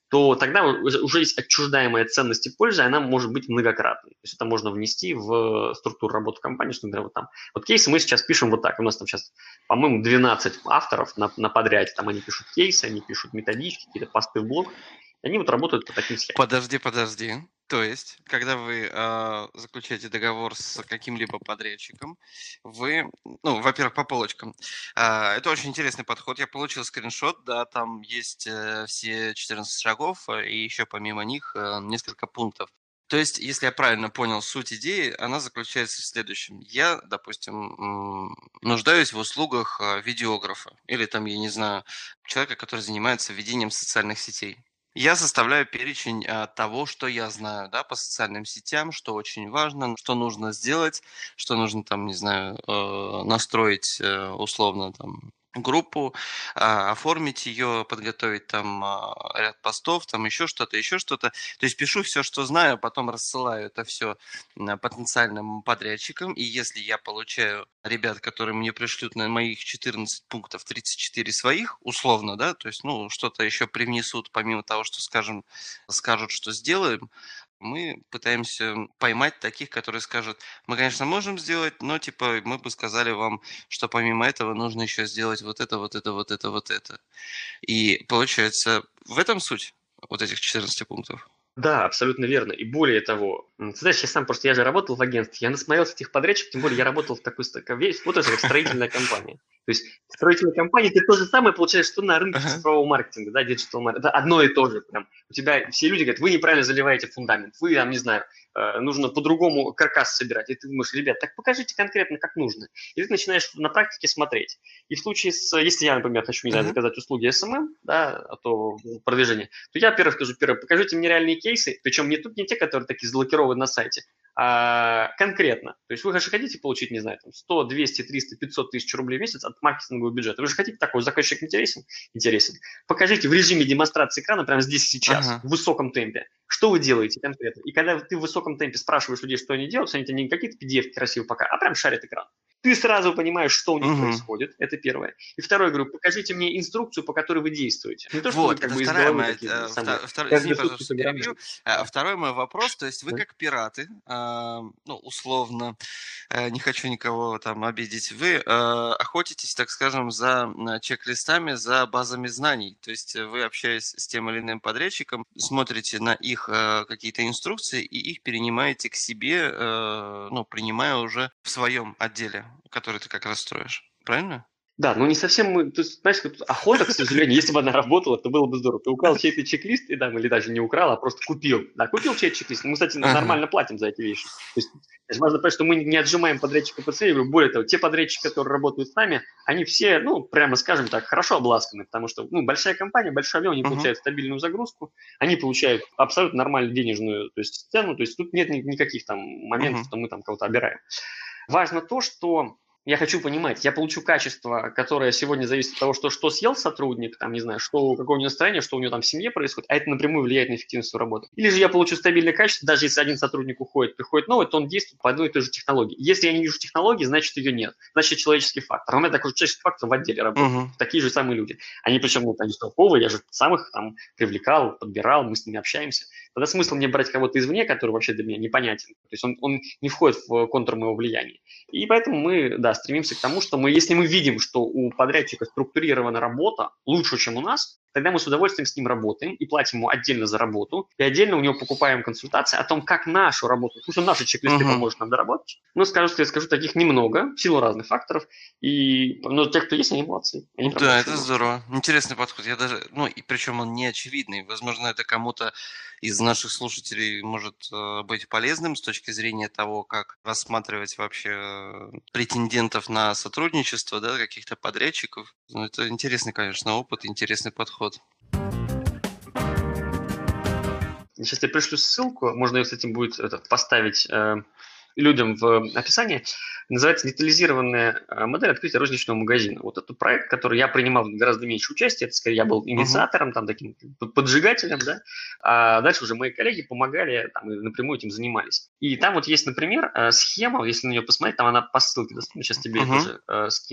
то тогда уже, уже есть отчуждаемая ценность и польза, и она может быть многократной. То есть это можно внести в структуру работы компании, что, например, вот там, вот кейсы мы сейчас пишем вот так, у нас там сейчас, по-моему, двенадцать авторов на, на подряде, там они пишут кейсы, они пишут методички, какие-то посты в блог, и они вот работают по таким схемам. Подожди, подожди. То есть, когда вы э, заключаете договор с каким-либо подрядчиком, вы, ну, во-первых, по полочкам. Э, это очень интересный подход. Я получил скриншот, да, там есть э, все четырнадцать шагов, э, и еще помимо них э, несколько пунктов. То есть, если я правильно понял суть идеи, она заключается в следующем. Я, допустим, м, нуждаюсь в услугах э, видеографа или там, я не знаю, человека, который занимается ведением социальных сетей. Я составляю перечень а, того, что я знаю, да, по социальным сетям, что очень важно, что нужно сделать, что нужно там, не знаю, э, настроить э, условно там группу, а, оформить ее, подготовить там а, ряд постов, там еще что-то, еще что-то. То есть пишу все, что знаю, потом рассылаю это все потенциальным подрядчикам, и если я получаю ребят, которые мне пришлют на моих четырнадцать пунктов тридцать четыре своих, условно, да, то есть, ну, что-то еще привнесут, помимо того, что, скажем, скажут, что сделаем, мы пытаемся поймать таких, которые скажут, мы, конечно, можем сделать, но, типа, мы бы сказали вам, что помимо этого нужно еще сделать вот это, вот это, вот это, вот это. И получается, в этом суть вот этих четырнадцати пунктов. Да, абсолютно верно. И более того, м, ты знаешь, я сам просто, я же работал в агентстве, я насмотрелся этих подрядчиков, тем более я работал в такой ст- как весь, вот это вот строительная компания. То есть в строительной компании ты то же самое получаешь, что на рынке Ага. цифрового маркетинга, да, диджитал маркетинга. Это одно и то же. Прям. У тебя все люди говорят, вы неправильно заливаете фундамент, вы, там, не знаю, э, нужно по-другому каркас собирать. И ты думаешь, ребят, так покажите конкретно, как нужно. И ты начинаешь на практике смотреть. И в случае с, если я, например, хочу, не знаю, Ага. заказать услуги эс эм эм, да, а то продвижение, то я первый скажу, первое, покажите мне реальные кейсы, причем не тут не те, которые такие заблокированы на сайте, а конкретно. То есть вы же хотите получить, не знаю, там сто, двести, триста, пятьсот тысяч рублей в месяц от маркетингового бюджета. Вы же хотите такой, заказчик интересен? Интересен. Покажите в режиме демонстрации экрана прямо здесь и сейчас, Ага. в высоком темпе. Что вы делаете конкретно? И когда ты в высоком темпе спрашиваешь людей, что они делают, они тебе не какие-то пи ди эф красивые пока, а прям шарят экран. Ты сразу понимаешь, что у них Угу. происходит. Это первое. И второе, говорю, покажите мне инструкцию, по которой вы действуете. Не то, что вы Вот, как это бы из вторая головы моя, такие э, самые. вта- втор- извини, Каждые сутки пожалуйста, собираем. перебью. А, Второй мой вопрос, то есть вы Да. как пираты, а, ну, условно, э, не хочу никого там обидеть, вы э, охотитесь, так скажем, за э, чек-листами, за базами знаний, то есть э, вы, общаясь с тем или иным подрядчиком, смотрите на их э, какие-то инструкции и их перенимаете к себе, э, ну, принимая уже в своем отделе, который ты как раз строишь. Правильно? Да, но не совсем мы, то есть, знаешь, как охота, к сожалению, если бы она работала, то было бы здорово. Ты украл чей-то чек-лист, и, да, или даже не украл, а просто купил. Да, купил чей-то чек-лист. Мы, кстати, Ага. нормально платим за эти вещи. То есть, конечно, важно понять, что мы не отжимаем подрядчика по цене. Более того, те подрядчики, которые работают с нами, они все, ну, прямо скажем так, хорошо обласканы, потому что, ну, большая компания, большой объем, они Угу. получают стабильную загрузку, они получают абсолютно нормальную денежную, то есть, цену, то есть тут нет ни- никаких там моментов, Угу. что мы там кого-то обираем. Важно то, что я хочу понимать, я получу качество, которое сегодня зависит от того, что, что съел сотрудник, там, не знаю, что, какое у него настроение, что у него там в семье происходит, а это напрямую влияет на эффективность его работы. Или же я получу стабильное качество, даже если один сотрудник уходит, приходит новый, то он действует по одной и той же технологии. Если я не вижу технологии, значит ее нет. Значит, человеческий фактор. У меня такой же человеческий фактор в отделе работает. Угу. Такие же самые люди. Они причем, ну, они толковые, я же сам их там привлекал, подбирал, мы с ними общаемся. Тогда смысл мне брать кого-то извне, который вообще для меня непонятен. То есть он, он не входит в контур моего влияния. И поэтому мы, да, стремимся к тому, что мы, если мы видим, что у подрядчика структурирована работа лучше, чем у нас, тогда мы с удовольствием с ним работаем и платим ему отдельно за работу, и отдельно у него покупаем консультации о том, как нашу работу, пусть он наши чек-листы Угу. поможет нам доработать. Но скажу, что я скажу, таких немного, в силу разных факторов, и, но те, кто есть, они молодцы. Они прям Да, большие это молодцы. здорово. Интересный подход. Я даже, ну, и причем он не очевидный. Возможно, это кому-то из наших слушателей может э, быть полезным с точки зрения того, как рассматривать вообще э, претендентов на сотрудничество, да, каких-то подрядчиков. Ну, это интересный, конечно, опыт, интересный подход. Сейчас я пришлю ссылку, можно ее, кстати, будет это, поставить э, людям в описании. Называется «Детализированная э, модель открытия розничного магазина». Вот это проект, который я принимал гораздо меньше участия. Это скорее я был инициатором, там, таким поджигателем, да. А дальше уже мои коллеги помогали там, и напрямую этим занимались. И там вот есть, например, э, схема, если на нее посмотреть, там она по ссылке доступна, сейчас тебе Угу. тоже э, скину.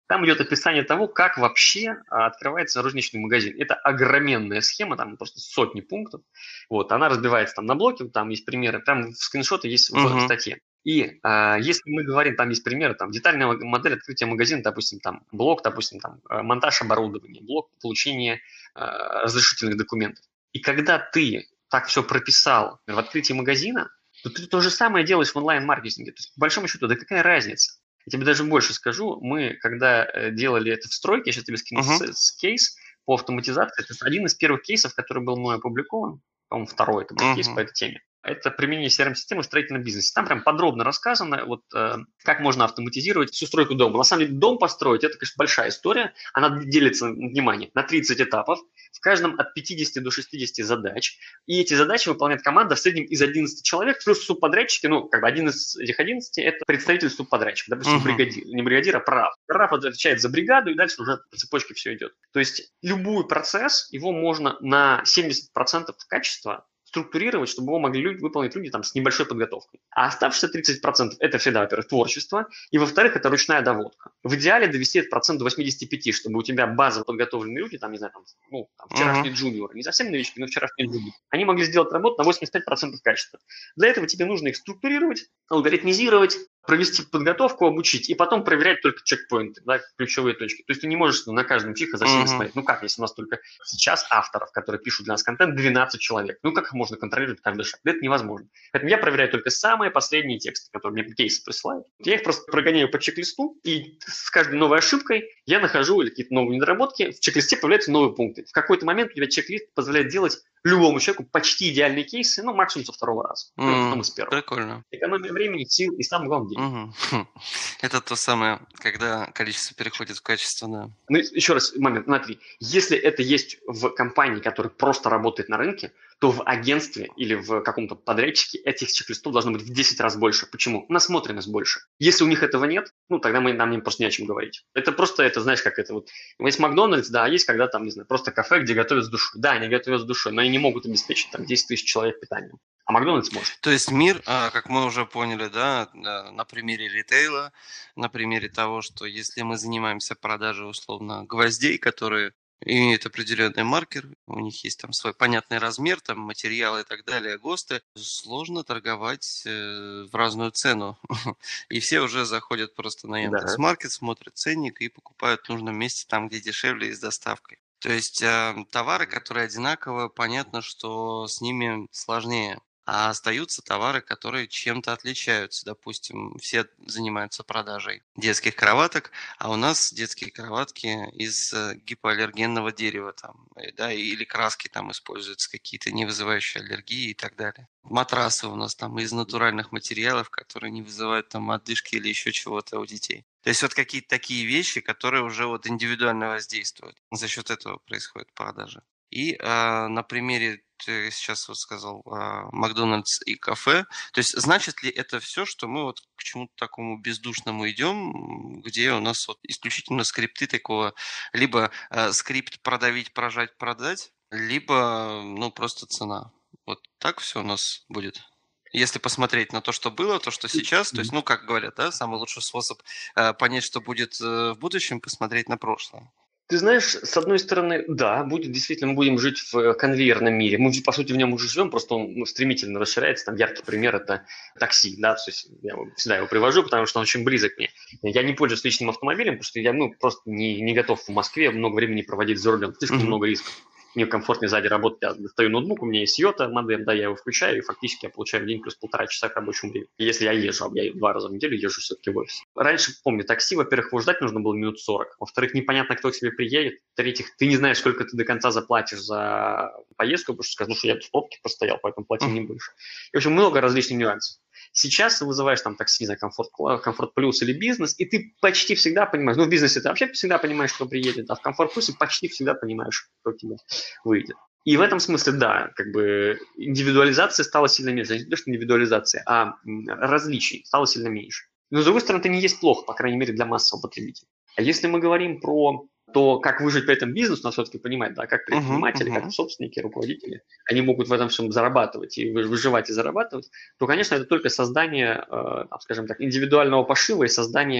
Там идет описание того, как вообще а, открывается розничный магазин. Это огроменная схема, там просто сотни пунктов. Вот, она разбивается там на блоки, там есть примеры, прям скриншоты есть в Мгм. статье. И а, если мы говорим, там есть примеры, там детальная модель открытия магазина, допустим, там блок, допустим, там э, монтаж оборудования, блок получения э, разрешительных документов. И когда ты так все прописал в открытии магазина, то ты то же самое делаешь в онлайн-маркетинге. То есть, по большому счету, да какая разница? Я тебе даже больше скажу, мы, когда э, делали это в стройке, я сейчас тебе скину Мгм. с, с кейс по автоматизации, это один из первых кейсов, который был мной опубликован, по-моему, второй это был кейс по Мгм. этой теме. Это применение си ар эм-системы в строительном бизнесе. Там прям подробно рассказано, вот, э, как можно автоматизировать всю стройку дома. На самом деле дом построить – это, конечно, большая история. Она делится, внимание, на тридцать этапов. В каждом от пятидесяти до шестидесяти задач. И эти задачи выполняет команда в среднем из одиннадцати человек, плюс субподрядчики. Ну, как бы один из этих одиннадцати – это представитель субподрядчика, допустим, Мгм. бригадир. Не бригадир, а прав. Прав отвечает за бригаду, и дальше уже по цепочке все идет. То есть любой процесс, его можно на семьдесят процентов качества структурировать, чтобы его могли люди, выполнить люди там, с небольшой подготовкой. А оставшиеся тридцать процентов это всегда, во-первых, творчество, и, во-вторых, это ручная доводка. В идеале довести этот процент до восьмидесяти пяти, чтобы у тебя базово подготовленные люди, там, не знаю, там, ну, там, Мгм. вчерашние джуниоры, не совсем новички, но вчерашние джуниоры, они могли сделать работу на восемьдесят пять процентов качества. Для этого тебе нужно их структурировать, алгоритмизировать, провести подготовку, обучить, и потом проверять только чекпоинты, да, ключевые точки. То есть ты не можешь на каждом чиха за всеми Мгм. смотреть. Ну как, если у нас только сейчас авторов, которые пишут для нас контент, двенадцать человек. Ну как их можно контролировать каждый шаг? Да это невозможно. Поэтому я проверяю только самые последние тексты, которые мне кейсы присылают. Я их просто прогоняю по чек-листу, и с каждой новой ошибкой я нахожу или какие-то новые недоработки. В чек-листе появляются новые пункты. В какой-то момент у тебя чек-лист позволяет делать любому человеку почти идеальные кейсы, ну максимум со второго раза, ну, потом М, из первого. Прикольно. Экономия времени, сил и, самое главное, денег. Мгм. Хм. Это то самое, когда количество переходит в качественное. Ну, еще раз, момент, смотри, если это есть в компании, которая просто работает на рынке, то в агентстве или в каком-то подрядчике этих чек-листов должно быть в десять раз больше. Почему? Насмотренность больше. Если у них этого нет, ну, тогда мы, нам просто не о чем говорить. Это просто, это, знаешь, как это вот, есть Макдональдс, да, а есть когда там, не знаю, просто кафе, где готовят с душой. Да, они готовят с душой, но они не могут обеспечить там десять тысяч человек питанием. А Макдональдс может. То есть мир, а, как мы уже поняли, да, а, на примере ритейла, на примере того, что если мы занимаемся продажей условно гвоздей, которые имеют определенный маркер, у них есть там свой понятный размер, там материалы и так далее, ГОСТы, сложно торговать э, в разную цену. И все уже заходят просто на Да. Яндекс.Маркет, смотрят ценник и покупают в нужном месте там, где дешевле и с доставкой. То есть э, товары, которые одинаковые, понятно, что с ними сложнее. А остаются товары, которые чем-то отличаются. Допустим, все занимаются продажей детских кроваток, а у нас детские кроватки из э, гипоаллергенного дерева там, э, да, или краски там используются какие-то, не вызывающие аллергии и так далее. Матрасы у нас там из натуральных материалов, которые не вызывают там одышки или еще чего-то у детей. То есть вот какие-то такие вещи, которые уже вот индивидуально воздействуют. За счет этого происходит продажа. И а, на примере, ты сейчас вот сказал, а, Макдональдс и кафе. То есть значит ли это все, что мы вот к чему-то такому бездушному идем, м, где у нас вот исключительно скрипты такого, либо а, скрипт продавить, прожать, продать, либо ну просто цена. Вот так все у нас будет. Если посмотреть на то, что было, то, что сейчас, то есть, ну, как говорят, да, самый лучший способ э, понять, что будет э, в будущем, посмотреть на прошлое. Ты знаешь, с одной стороны, да, будет действительно, мы будем жить в конвейерном мире. Мы, по сути, в нем уже живем, просто он ну, стремительно расширяется. Там яркий пример – это такси, да, то есть я всегда его привожу, потому что он очень близок мне. Я не пользуюсь личным автомобилем, потому что я ну, просто не, не готов в Москве много времени проводить за рулем, слишком Мгм. много рисков. Мне комфортнее сзади работать, я достаю ноутбук, у меня есть Йота модем, да, я его включаю, и фактически я получаю в день плюс полтора часа к рабочему времени. Если я езжу, а я два раза в неделю езжу все-таки в офис. Раньше, помню, такси, во-первых, его ждать нужно было минут сорок, во-вторых, непонятно, кто к тебе приедет, в-третьих, ты не знаешь, сколько ты до конца заплатишь за поездку, потому что скажешь, ну, что я в пробке простоял, поэтому плати не больше. И, в общем, много различных нюансов. Сейчас ты вызываешь там такси за комфорт, комфорт плюс или бизнес, и ты почти всегда понимаешь, ну в бизнесе ты вообще всегда понимаешь, кто приедет, а в комфорт плюсе почти всегда понимаешь, кто тебе выйдет. И в этом смысле, да, как бы индивидуализация стала сильно меньше. Не то, что индивидуализация, а различий стало сильно меньше. Но, с другой стороны, это не есть плохо, по крайней мере, для массового потребителя. А если мы говорим про то, как выжить в этом бизнесе, надо все-таки понимать, да, как Мгм, предприниматели, как мгм. собственники, руководители, они могут в этом всем зарабатывать и выживать и зарабатывать, то, конечно, это только создание, э, скажем так, индивидуального пошива и создание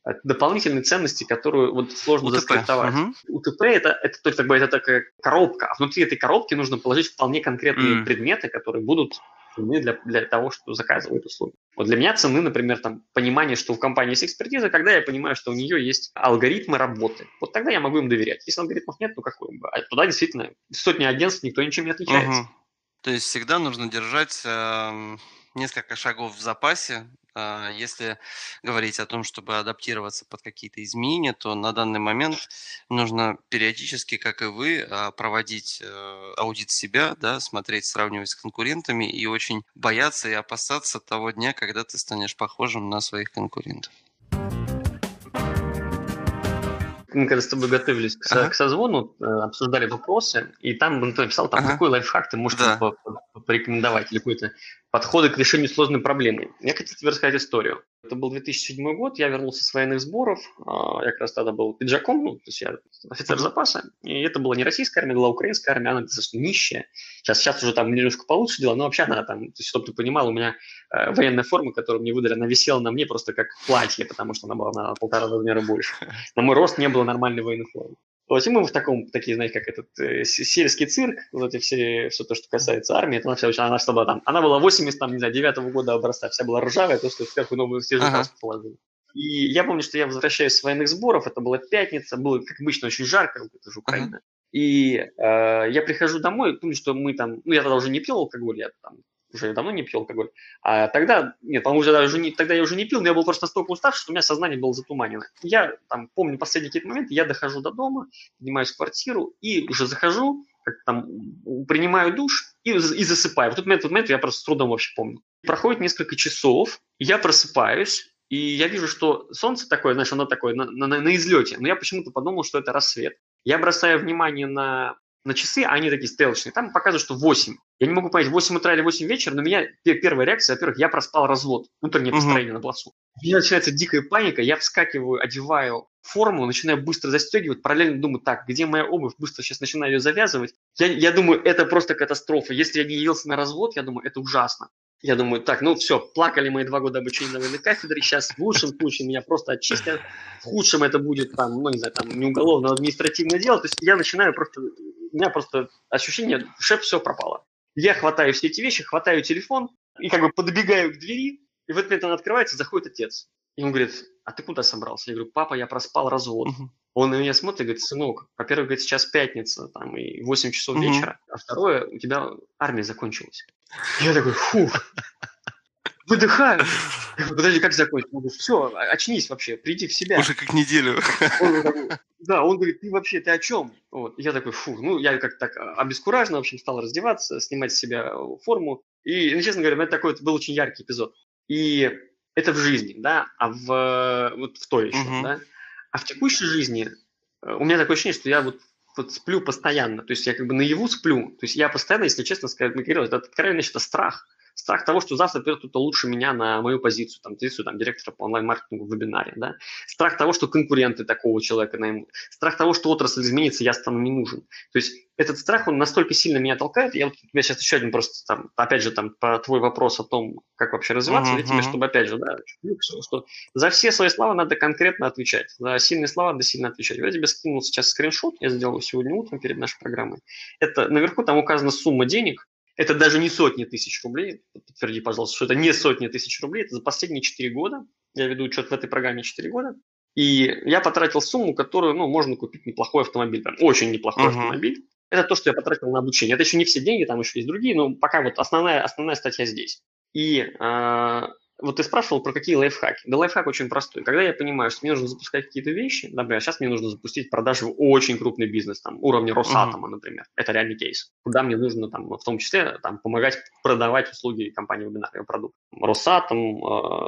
дополнительные ценности, которые вот сложно У Т П. заскриптовать. Мгм. У Т П это, это, то есть, как бы, это такая коробка, а внутри этой коробки нужно положить вполне конкретные М. предметы, которые будут ценны для, для того, что заказывают услуги. Вот для меня цены, например, там, понимание, что у компании есть экспертиза, когда я понимаю, что у нее есть алгоритмы работы. Вот тогда я могу им доверять. Если алгоритмов нет, ну какой бы. А туда действительно сотни агентств, никто ничем не отличается. Мгм. То есть всегда нужно держать ам, несколько шагов в запасе. А, Если говорить о том, чтобы адаптироваться под какие-то изменения, то на данный момент нужно периодически, как и вы, а, проводить э, аудит себя, да, смотреть, сравнивать с конкурентами и очень бояться и опасаться того дня, когда ты станешь похожим на своих конкурентов. Мы когда с тобой готовились к, со- Ага, к созвону, э, обсуждали вопросы, и там ну, ты написал, там, ага, какой лайфхак ты можешь там, да. по- по- порекомендовать, или какой-то подходы к решению сложной проблемы. Я хочу тебе рассказать историю. Это был две тысячи седьмой год, я вернулся с военных сборов, а, я как раз тогда был пиджаком, ну, то есть я офицер Мгм. запаса, и это была не российская армия, была украинская армия, она достаточно нищая. Сейчас, сейчас уже там немножко получше дела, но вообще она там, то есть, чтобы ты понимал, у меня э, военная форма, которую мне выдали, она висела на мне просто как платье, потому что она была на полтора размера больше. На мой рост не было нормальной военной формы. Вот, и мы в таком, такие, знаете, как этот э, сельский цирк, вот эти все, все то, что касается армии, это она вся, она, что была там, она была восемьдесят, там, не знаю, девятого года образца, вся была ржавая, то, что сверху новую свежую Ага. краску положили. И я помню, что я возвращаюсь с военных сборов, это была пятница, было, как обычно, очень жарко, это же Ага. Украина. И э, я прихожу домой, помню, что мы там, ну, я тогда уже не пил алкоголь, я там уже давно не пил алкоголь. А тогда, нет, по-моему, уже даже не, тогда я уже не пил, но я был просто настолько уставший, что у меня сознание было затуманено. Я там помню последние какие-то моменты, я дохожу до дома, поднимаюсь в квартиру и уже захожу, как там, принимаю душ и, и засыпаю. В тот момент, в тот момент я просто с трудом вообще помню. Проходит несколько часов, я просыпаюсь, и я вижу, что солнце такое, знаешь, оно такое на, на, на излете, но я почему-то подумал, что это рассвет. Я бросаю внимание на на часы, а они такие стрелочные, там показывают, что восемь. Я не могу понять, восемь утра или восемь вечера, но у меня первая реакция, во-первых, я проспал развод, утреннее Мгм. построение на плацу. У меня начинается дикая паника, я вскакиваю, одеваю форму, начинаю быстро застегивать, параллельно думаю, так, где моя обувь, быстро сейчас начинаю ее завязывать. Я, я думаю, это просто катастрофа. Если я не явился на развод, я думаю, это ужасно. Я думаю, так, ну все, плакали мои два года обучения на военной кафедре, сейчас в лучшем случае меня просто очистят, в худшем это будет там, ну не знаю, там не уголовное, а административное дело. То есть я начинаю просто, у меня просто ощущение, шеф, все пропало. Я хватаю все эти вещи, хватаю телефон и как бы подбегаю к двери, и в этот момент она открывается, заходит отец. И он говорит, а ты куда собрался? Я говорю, папа, я проспал развод. Мгм. Он на меня смотрит и говорит, сынок, во-первых, говорит, сейчас пятница, там, и восемь часов Мгм. вечера, а второе, у тебя армия закончилась. Я такой, фух, выдыхаю. Я говорю, подожди, как закончилось? Он говорит, все, очнись вообще, приди в себя. Уже как неделю. Он такой, да, он говорит, ты вообще, ты о чем? Вот. Я такой, фу, ну, я как-то так обескураженно, в общем, стал раздеваться, снимать с себя форму. И, ну, честно говоря, это такой это был очень яркий эпизод. И это в жизни, да, а в, вот в той еще, Мгм. да. А в текущей жизни э, у меня такое ощущение, что я вот, вот сплю постоянно. То есть я как бы наяву сплю. То есть я постоянно, если честно сказать, Михаил, это откровенно что страх. Страх того, что завтра придет кто-то лучше меня на мою позицию, там, позицию там, директора по онлайн-маркетингу в вебинаре, да. Страх того, что конкуренты такого человека наймут. Страх того, что отрасль изменится, я стану не нужен. То есть этот страх, он настолько сильно меня толкает. Я вот у тебя сейчас еще один просто, там, опять же, там, по твой вопрос о том, как вообще развиваться, Мгм. я тебе, Мгм. чтобы, опять же, да, что за все свои слова надо конкретно отвечать. За сильные слова надо сильно отвечать. Я тебе скинул сейчас скриншот, я сделал его сегодня утром перед нашей программой. Это наверху там указана сумма денег. Это даже не сотни тысяч рублей. Подтверди, пожалуйста, что это не сотни тысяч рублей. Это за последние четыре года. Я веду учет в этой программе четыре года. И я потратил сумму, которую, ну, можно купить неплохой автомобиль. Прям очень неплохой Мгм. автомобиль. Это то, что я потратил на обучение. Это еще не все деньги, там еще есть другие, но пока вот основная, основная статья здесь. И а, вот ты спрашивал про какие лайфхаки. Да лайфхак очень простой. Когда я понимаю, что мне нужно запускать какие-то вещи, например, сейчас мне нужно запустить продажи в очень крупный бизнес, там, уровня Мгм. Росатома, например. Это реальный кейс. Куда мне нужно, там, в том числе, там, помогать продавать услуги компании вебинар, ее продукт. Росатом,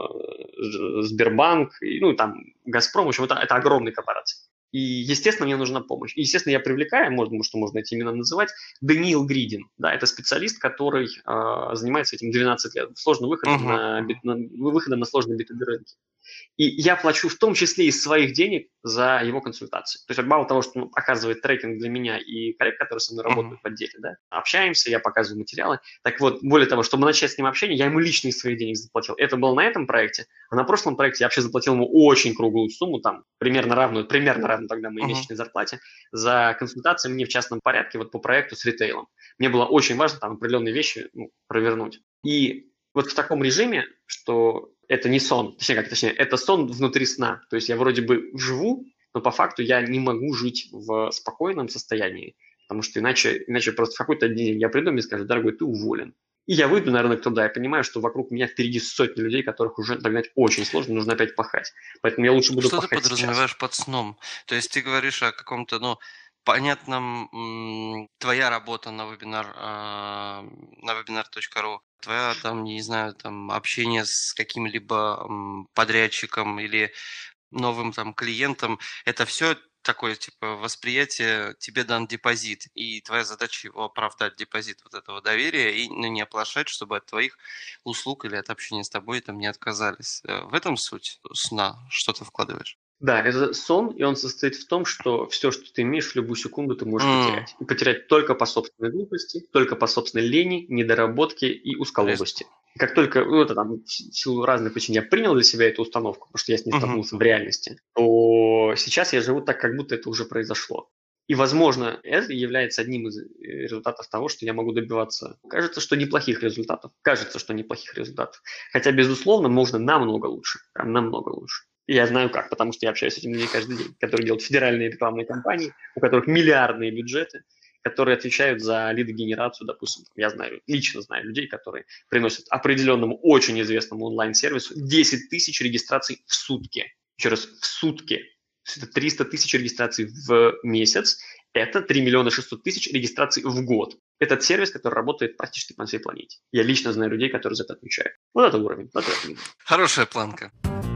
э, Сбербанк, и, ну, там, Газпром, в общем, это, это огромные корпорации. И, естественно, мне нужна помощь. И, естественно, я привлекаю, может, что можно эти имена называть, Даниил Гридин. Да, это специалист, который э, занимается этим двенадцать лет, сложным выходом Мгм. на, бит- на, выходом на сложные би ту би рынки. И я плачу в том числе из своих денег за его консультации. То есть мало того, что он оказывает трекинг для меня и коллег, которые со мной работают Мгм. в отделе, да, общаемся, я показываю материалы. Так вот, более того, чтобы начать с ним общение, я ему лично из своих денег заплатил. Это было на этом проекте, а на прошлом проекте я вообще заплатил ему очень круглую сумму, там, примерно равную, примерно равную тогда моей Мгм. месячной зарплате, за консультации мне в частном порядке вот по проекту с ритейлом. Мне было очень важно там определенные вещи ну, провернуть. И вот в таком режиме, что это не сон, точнее, как, точнее, это сон внутри сна. То есть я вроде бы живу, но по факту я не могу жить в спокойном состоянии, потому что иначе, иначе просто в какой-то день я приду и мне скажут: дорогой, ты уволен. И я выйду на рынок труда, я понимаю, что вокруг меня впереди сотни людей, которых уже догнать очень сложно, нужно опять пахать. Поэтому я лучше буду Что ты пахать сейчас. подразумеваешь под сном? То есть ты говоришь о каком-то, ну, понятном, м, твоя работа на вебинар, а, на webinar точка ру, твоя там, не знаю, там общение с каким-либо м, подрядчиком или новым там клиентом, это все такое, типа, восприятие, тебе дан депозит, и твоя задача его оправдать, депозит вот этого доверия, и ну, не оплошать, чтобы от твоих услуг или от общения с тобой там не отказались. Э, В этом суть сна, что ты вкладываешь? Да, это сон, и он состоит в том, что все, что ты имеешь, в любую секунду ты можешь М, потерять. И потерять только по собственной глупости, только по собственной лени, недоработке и узколобости. Резко. И как только, ну, это там, в силу разных причин я принял для себя эту установку, потому что я с ней Мгм. столкнулся в реальности, то сейчас я живу так, как будто это уже произошло. И, возможно, это является одним из э, результатов того, что я могу добиваться. Кажется, что неплохих результатов. Кажется, что неплохих результатов. Хотя, безусловно, можно намного лучше. Прям намного лучше. И я знаю как, потому что я общаюсь с этими людьми каждый день, которые делают федеральные рекламные кампании, у которых миллиардные бюджеты, которые отвечают за лидогенерацию, допустим. Я знаю, лично знаю людей, которые приносят определенному очень известному онлайн-сервису десять тысяч регистраций в сутки. Еще раз, в сутки. Это триста тысяч регистраций в месяц, это три миллиона шестьсот тысяч регистраций в год. Этот сервис, который работает практически по всей планете. Я лично знаю людей, которые за это отвечают. Вот это уровень, вот это уровень. Хорошая планка.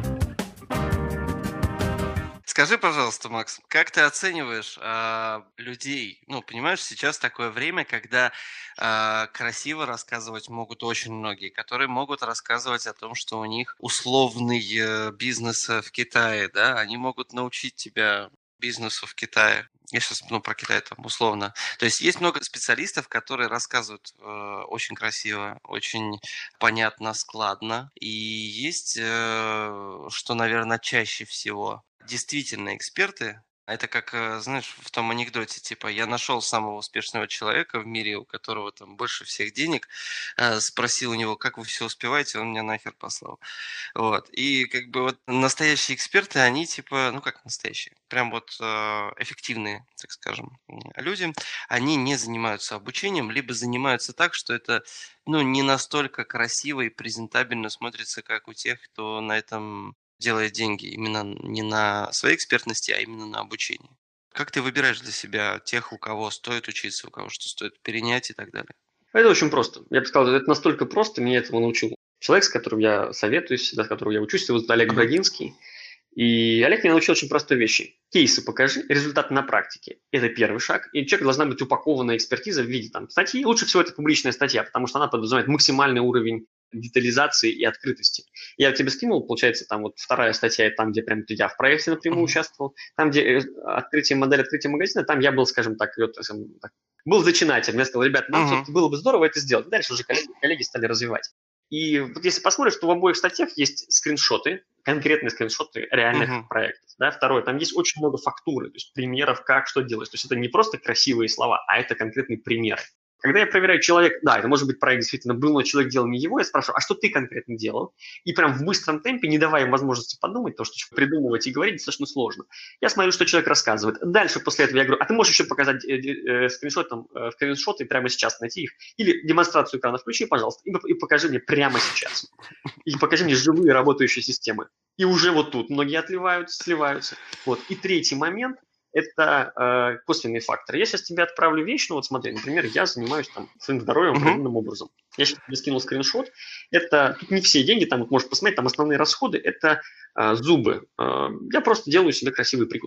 Скажи, пожалуйста, Макс, как ты оцениваешь а, людей? Ну, понимаешь, сейчас такое время, когда а, красиво рассказывать могут очень многие, которые могут рассказывать о том, что у них условный э, бизнес э, в Китае, да, они могут научить тебя бизнесу в Китае. Я сейчас, ну, про Китай там условно. То есть есть много специалистов, которые рассказывают э, очень красиво, очень понятно, складно. И есть, э, что, наверное, чаще всего действительно эксперты. Это как, э, знаешь, в том анекдоте, типа, я нашел самого успешного человека в мире, у которого там больше всех денег, э, спросил у него, как вы все успеваете, он меня нахер послал. Вот. И как бы вот настоящие эксперты, они типа, ну как настоящие, прям вот э, эффективные, так скажем, м, люди, они не занимаются обучением, либо занимаются так, что это, ну, не настолько красиво и презентабельно смотрится, как у тех, кто на этом делает деньги, именно не на своей экспертности, а именно на обучении. Как ты выбираешь для себя тех, у кого стоит учиться, у кого что стоит перенять и так далее? Это очень просто. Я бы сказал, это настолько просто, меня этому научил человек, с которым я советуюсь, с которым я учусь, его зовут Олег Мгм. Брагинский. И Олег меня научил очень простой вещи. Кейсы покажи, результаты на практике. Это первый шаг. И у человека должна быть упакованная экспертиза в виде там, статьи. Лучше всего это публичная статья, потому что она подразумевает максимальный уровень детализации и открытости. Я тебе скинул, получается, там вот вторая статья, там, где прям я в проекте напрямую Мгм. участвовал, там, где э, открытие модели, открытие магазина, там я был, скажем так, вот, скажем так, был зачинателем. Я сказал: ребят, нам Мгм. все-таки было бы здорово это сделать. Дальше уже коллеги, коллеги стали развивать. И вот если посмотришь, то в обоих статьях есть скриншоты, конкретные скриншоты реальных Мгм. проектов. Да? Второе, там есть очень много фактуры, то есть примеров, как, что делать. То есть это не просто красивые слова, а это конкретный пример. Когда я проверяю человек, да, это может быть проект действительно был, но человек делал не его, я спрашиваю, а что ты конкретно делал? И прям в быстром темпе, не давая им возможности подумать, то, что придумывать и говорить достаточно сложно. Я смотрю, что человек рассказывает. Дальше после этого я говорю: а ты можешь еще показать э, э, скриншот, там, э, скриншоты прямо сейчас найти их? Или демонстрацию экрана включи, пожалуйста, и, и покажи мне прямо сейчас. И покажи мне живые работающие системы. И уже вот тут многие отливаются, сливаются. Вот. И третий момент – это э, косвенные факторы. Я сейчас тебе отправлю вещь, ну вот смотри, например, я занимаюсь там своим здоровьем Мгм. определенным образом. Я сейчас тебе скинул скриншот. Это тут не все деньги, там вот можешь посмотреть, там основные расходы – это э, зубы. Э, я просто делаю себе красивый прикус.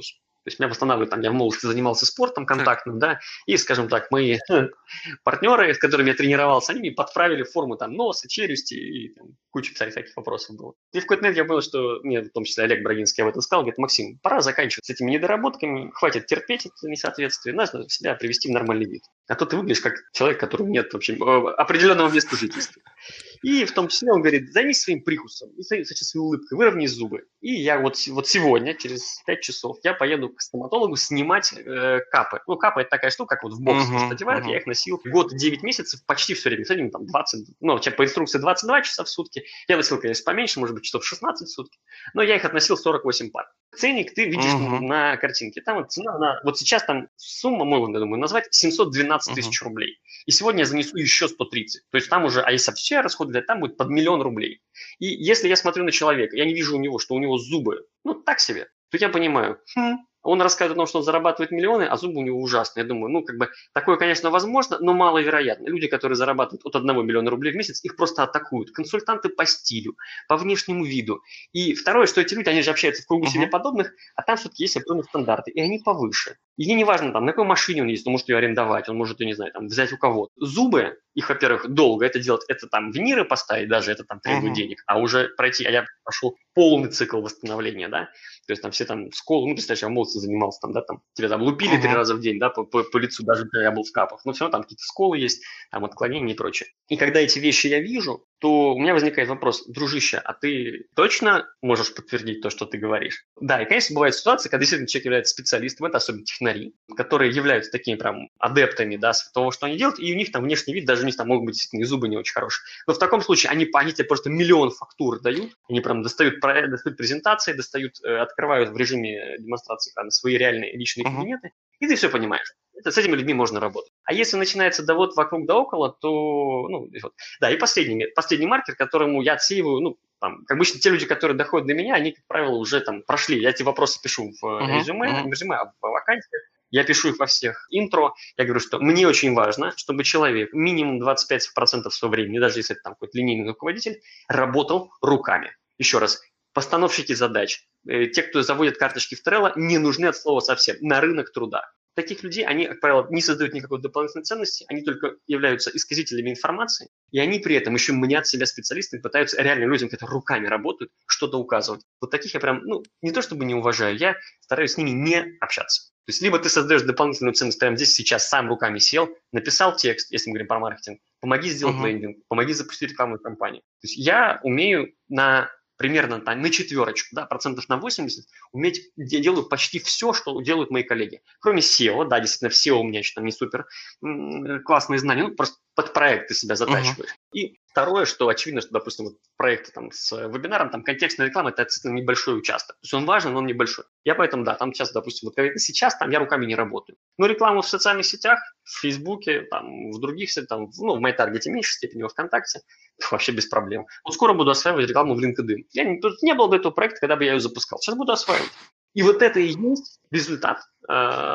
То есть меня восстанавливают, там, я в молодости занимался спортом Так. контактным, да, и, скажем так, мои партнеры, с которыми я тренировался, они мне подправили форму там носа, челюсти и там, куча всяких, всяких вопросов было. И в какой-то момент я понял, что мне, в том числе Олег Брагинский об этом сказал, говорит, Максим, пора заканчивать с этими недоработками, хватит терпеть это несоответствие, надо себя привести в нормальный вид. А то ты выглядишь как человек, которому нет вообще определенного места жительства. И в том числе он говорит, займись своим прикусом, и значит, своей улыбкой, выровняй зубы. И я вот, вот сегодня, через пять часов, я поеду к стоматологу снимать э, капы. Ну, капы – это такая штука, как вот в боксе uh-huh, одевают, uh-huh. я их носил год девять месяцев почти все время. Сегодня там двадцать, ну, по инструкции двадцать два часа в сутки. Я носил, конечно, поменьше, может быть, часов шестнадцать в сутки, но я их относил сорок восемь пар. Ценник ты видишь uh-huh. на картинке. Там вот цена, она, вот сейчас там сумма, можно, я думаю, назвать семьсот двенадцать тысяч uh-huh. рублей. И сегодня я занесу еще сто тридцать. То есть там уже, а если все расходы взять, там будет под миллион рублей. И если я смотрю на человека, я не вижу у него, что у него зубы, ну, так себе, то я понимаю, хм, он рассказывает о том, что он зарабатывает миллионы, а зубы у него ужасные. Я думаю, ну, как бы, такое, конечно, возможно, но маловероятно. Люди, которые зарабатывают от одного миллиона рублей в месяц, их просто атакуют. Консультанты по стилю, по внешнему виду. И второе, что эти люди, они же общаются в кругу uh-huh. себе подобных, а там все-таки есть определенные стандарты, и они повыше. И не важно, там, на какой машине он есть, он может ее арендовать, он может, я не знаю, там, взять у кого-то. Зубы, их, во-первых, долго это делать, это там виниры поставить даже, это там требует uh-huh. денег, а уже пройти, а я прошел полный цикл восстановления, да, то есть там все там сколы, ну, представляешь, я в молодости занимался там, да, там, тебя там лупили uh-huh. три раза в день, да, по, по, по лицу, даже когда я был в капах, но все равно там какие-то сколы есть, там отклонения и прочее. И когда эти вещи я вижу, то у меня возникает вопрос, дружище, а ты точно можешь подтвердить то, что ты говоришь? Да, и, конечно, бывают ситуации, когда действительно человек является специалистом, это особенно технари, которые являются такими прям адептами, да, того, что они делают, и у них там внешний вид, даже у них там могут быть действительно и зубы не очень хорошие. Но в таком случае они, они тебе просто миллион фактур дают, они прям достают, достают презентации, достают, э, открывают в режиме демонстрации экрана свои реальные личные uh-huh. кабинеты, и ты все понимаешь. Это, с этими людьми можно работать. А если начинается да вот вокруг да около, то, ну, вот. Да, и последний, последний маркер, которому я отсеиваю, ну, там, как обычно, те люди, которые доходят до меня, они, как правило, уже там прошли. Я эти вопросы пишу в uh-huh. резюме, uh-huh. резюме, а в вакансиях. Я пишу их во всех интро. Я говорю, что мне очень важно, чтобы человек минимум двадцать пять процентов своего времени, даже если это там какой-то линейный руководитель, работал руками. Еще раз, постановщики задач, э, те, кто заводят карточки в Trello, не нужны от слова совсем на рынок труда. Таких людей, они, как правило, не создают никакой дополнительной ценности, они только являются исказителями информации, и они при этом еще мнят себя специалистами, пытаются реально людям, которые руками работают, что-то указывать. Вот таких я прям, ну, не то чтобы не уважаю, я стараюсь с ними не общаться. То есть либо ты создаешь дополнительную ценность прямо здесь сейчас, сам руками сел, написал текст, если мы говорим про маркетинг, помоги сделать uh-huh. лендинг, помоги запустить рекламную кампанию. То есть я умею на примерно там, на четверочку, да, процентов на восемьдесят, уметь, я делаю почти все, что делают мои коллеги. Кроме сео, да, действительно, в сео у меня еще там не супер м- классные знания, ну, просто под проект ты себя затачиваешь. Uh-huh. И второе, что очевидно, что, допустим, вот проекты там с вебинаром, там контекстная реклама – это относительно небольшой участок. То есть он важен, но он небольшой. Я поэтому, да, там сейчас, допустим, вот сейчас там я руками не работаю. Но рекламу в социальных сетях, в Фейсбуке, там, в других сетях, там, ну, в MyTarget в меньшей степени, во ВКонтакте, вообще без проблем. Вот скоро буду осваивать рекламу в LinkedIn. Я не, тут не было бы этого проекта, когда бы я ее запускал. Сейчас буду осваивать. И вот это и есть результат, э,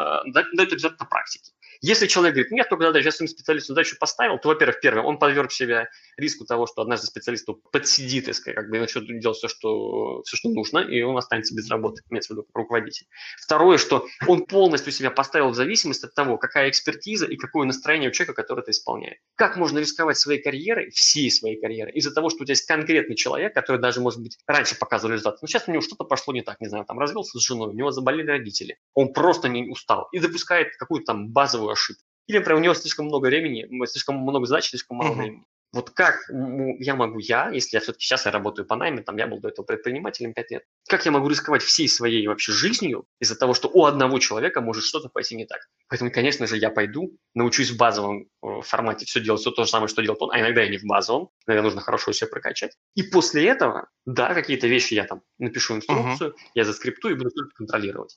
дает результат на практике. Если человек говорит, нет, только задачу, я своим специалисту задачу поставил, то, во-первых, первое, он подверг себя риску того, что однажды специалист подсидит и как бы начнет делать все что, все, что нужно, и он останется без работы, имеется в виду как руководитель. Второе, что он полностью себя поставил в зависимость от того, какая экспертиза и какое настроение у человека, который это исполняет. Как можно рисковать своей карьерой, всей своей карьерой, из-за того, что у тебя есть конкретный человек, который даже, может быть, раньше показывал результаты, но сейчас у него что-то пошло не так, не знаю, там развелся с женой, у него заболели родители, он просто не устал и допускает какую-то там базовую ошибку. Или, например, у него слишком много времени, слишком много задач, слишком мало uh-huh. времени. Вот как я могу я, если я все-таки сейчас я работаю по найме, там я был до этого предпринимателем пять лет, как я могу рисковать всей своей вообще жизнью из-за того, что у одного человека может что-то пойти не так. Поэтому, конечно же, я пойду, научусь в базовом формате все делать, все то же самое, что делает он, а иногда и не в базовом, иногда нужно хорошо себя прокачать. И после этого, да, какие-то вещи я там напишу инструкцию, uh-huh. я заскриптую и буду только контролировать.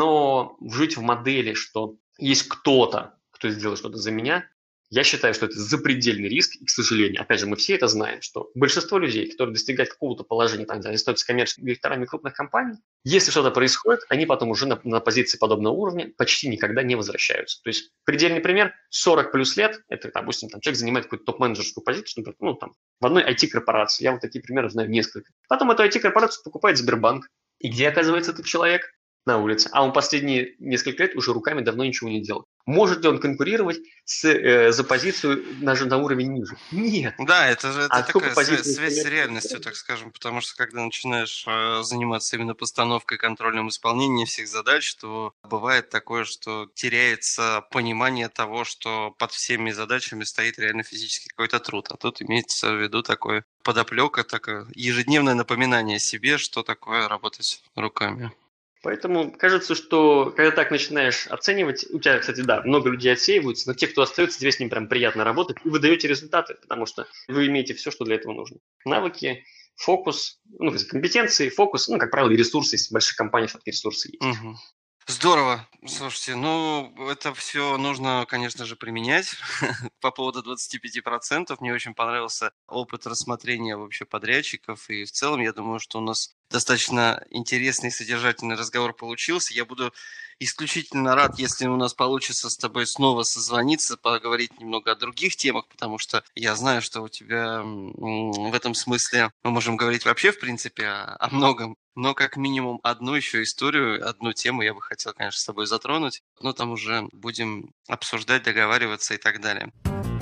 Но жить в модели, что есть кто-то, кто сделает что-то за меня, я считаю, что это запредельный риск, и, к сожалению, опять же, мы все это знаем, что большинство людей, которые достигают какого-то положения, там, они становятся коммерческими директорами крупных компаний, если что-то происходит, они потом уже на, на позиции подобного уровня почти никогда не возвращаются. То есть предельный пример, сорок плюс лет, это, допустим, там, человек занимает какую-то топ-менеджерскую позицию, например, ну, там, в одной ай ти-корпорации, я вот такие примеры знаю несколько. Потом эту ай ти-корпорацию покупает Сбербанк, и где оказывается этот человек? на улице, а он последние несколько лет уже руками давно ничего не делал. Может ли он конкурировать с, э, за позицию на, на уровень ниже? Нет. Да, это же это А сколько такая связь, позиций связь с инструментов? реальностью, так скажем, потому что когда начинаешь э, заниматься именно постановкой, контролем исполнения всех задач, то бывает такое, что теряется понимание того, что под всеми задачами стоит реально физический какой-то труд. А тут имеется в виду такое подоплека, такое ежедневное напоминание себе, что такое работать руками. Поэтому кажется, что когда так начинаешь оценивать, у тебя, кстати, да, много людей отсеиваются, но те, кто остается, тебе с ним прям приятно работать, и вы даете результаты, потому что вы имеете все, что для этого нужно. Навыки, фокус, ну, компетенции, фокус, ну, как правило, и ресурсы, если в больших компаниях все-таки ресурсы есть. Мгм. Здорово. Слушайте, ну, это все нужно, конечно же, применять. По поводу двадцати пяти процентов мне очень понравился опыт рассмотрения вообще подрядчиков. И в целом, я думаю, что у нас достаточно интересный и содержательный разговор получился. Я буду исключительно рад, если у нас получится с тобой снова созвониться, поговорить немного о других темах, потому что я знаю, что у тебя м, в этом смысле мы можем говорить вообще, в принципе, о, о многом. Но как минимум одну еще историю, одну тему я бы хотел, конечно, с тобой затронуть. Но там уже будем обсуждать, договариваться и так далее.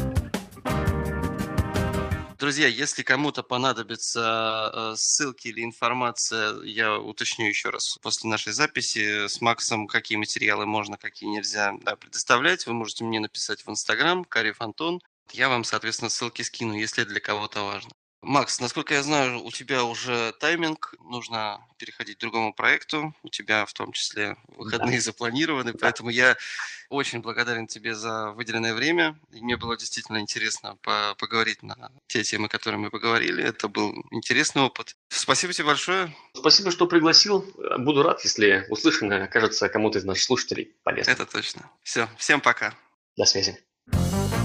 Друзья, если кому-то понадобятся э, ссылки или информация, я уточню еще раз после нашей записи с Максом, какие материалы можно, какие нельзя, да, предоставлять. Вы можете мне написать в Инстаграм, Карев Антон. Я вам, соответственно, ссылки скину, если для кого-то важно. Макс, насколько я знаю, у тебя уже тайминг, нужно переходить к другому проекту, у тебя в том числе выходные Да. запланированы, Да. поэтому я очень благодарен тебе за выделенное время. И мне было действительно интересно по- поговорить на те темы, которые мы поговорили. Это был интересный опыт. Спасибо тебе большое. Спасибо, что пригласил. Буду рад, если услышанное окажется кому-то из наших слушателей полезным. Это точно. Все, всем пока. До связи.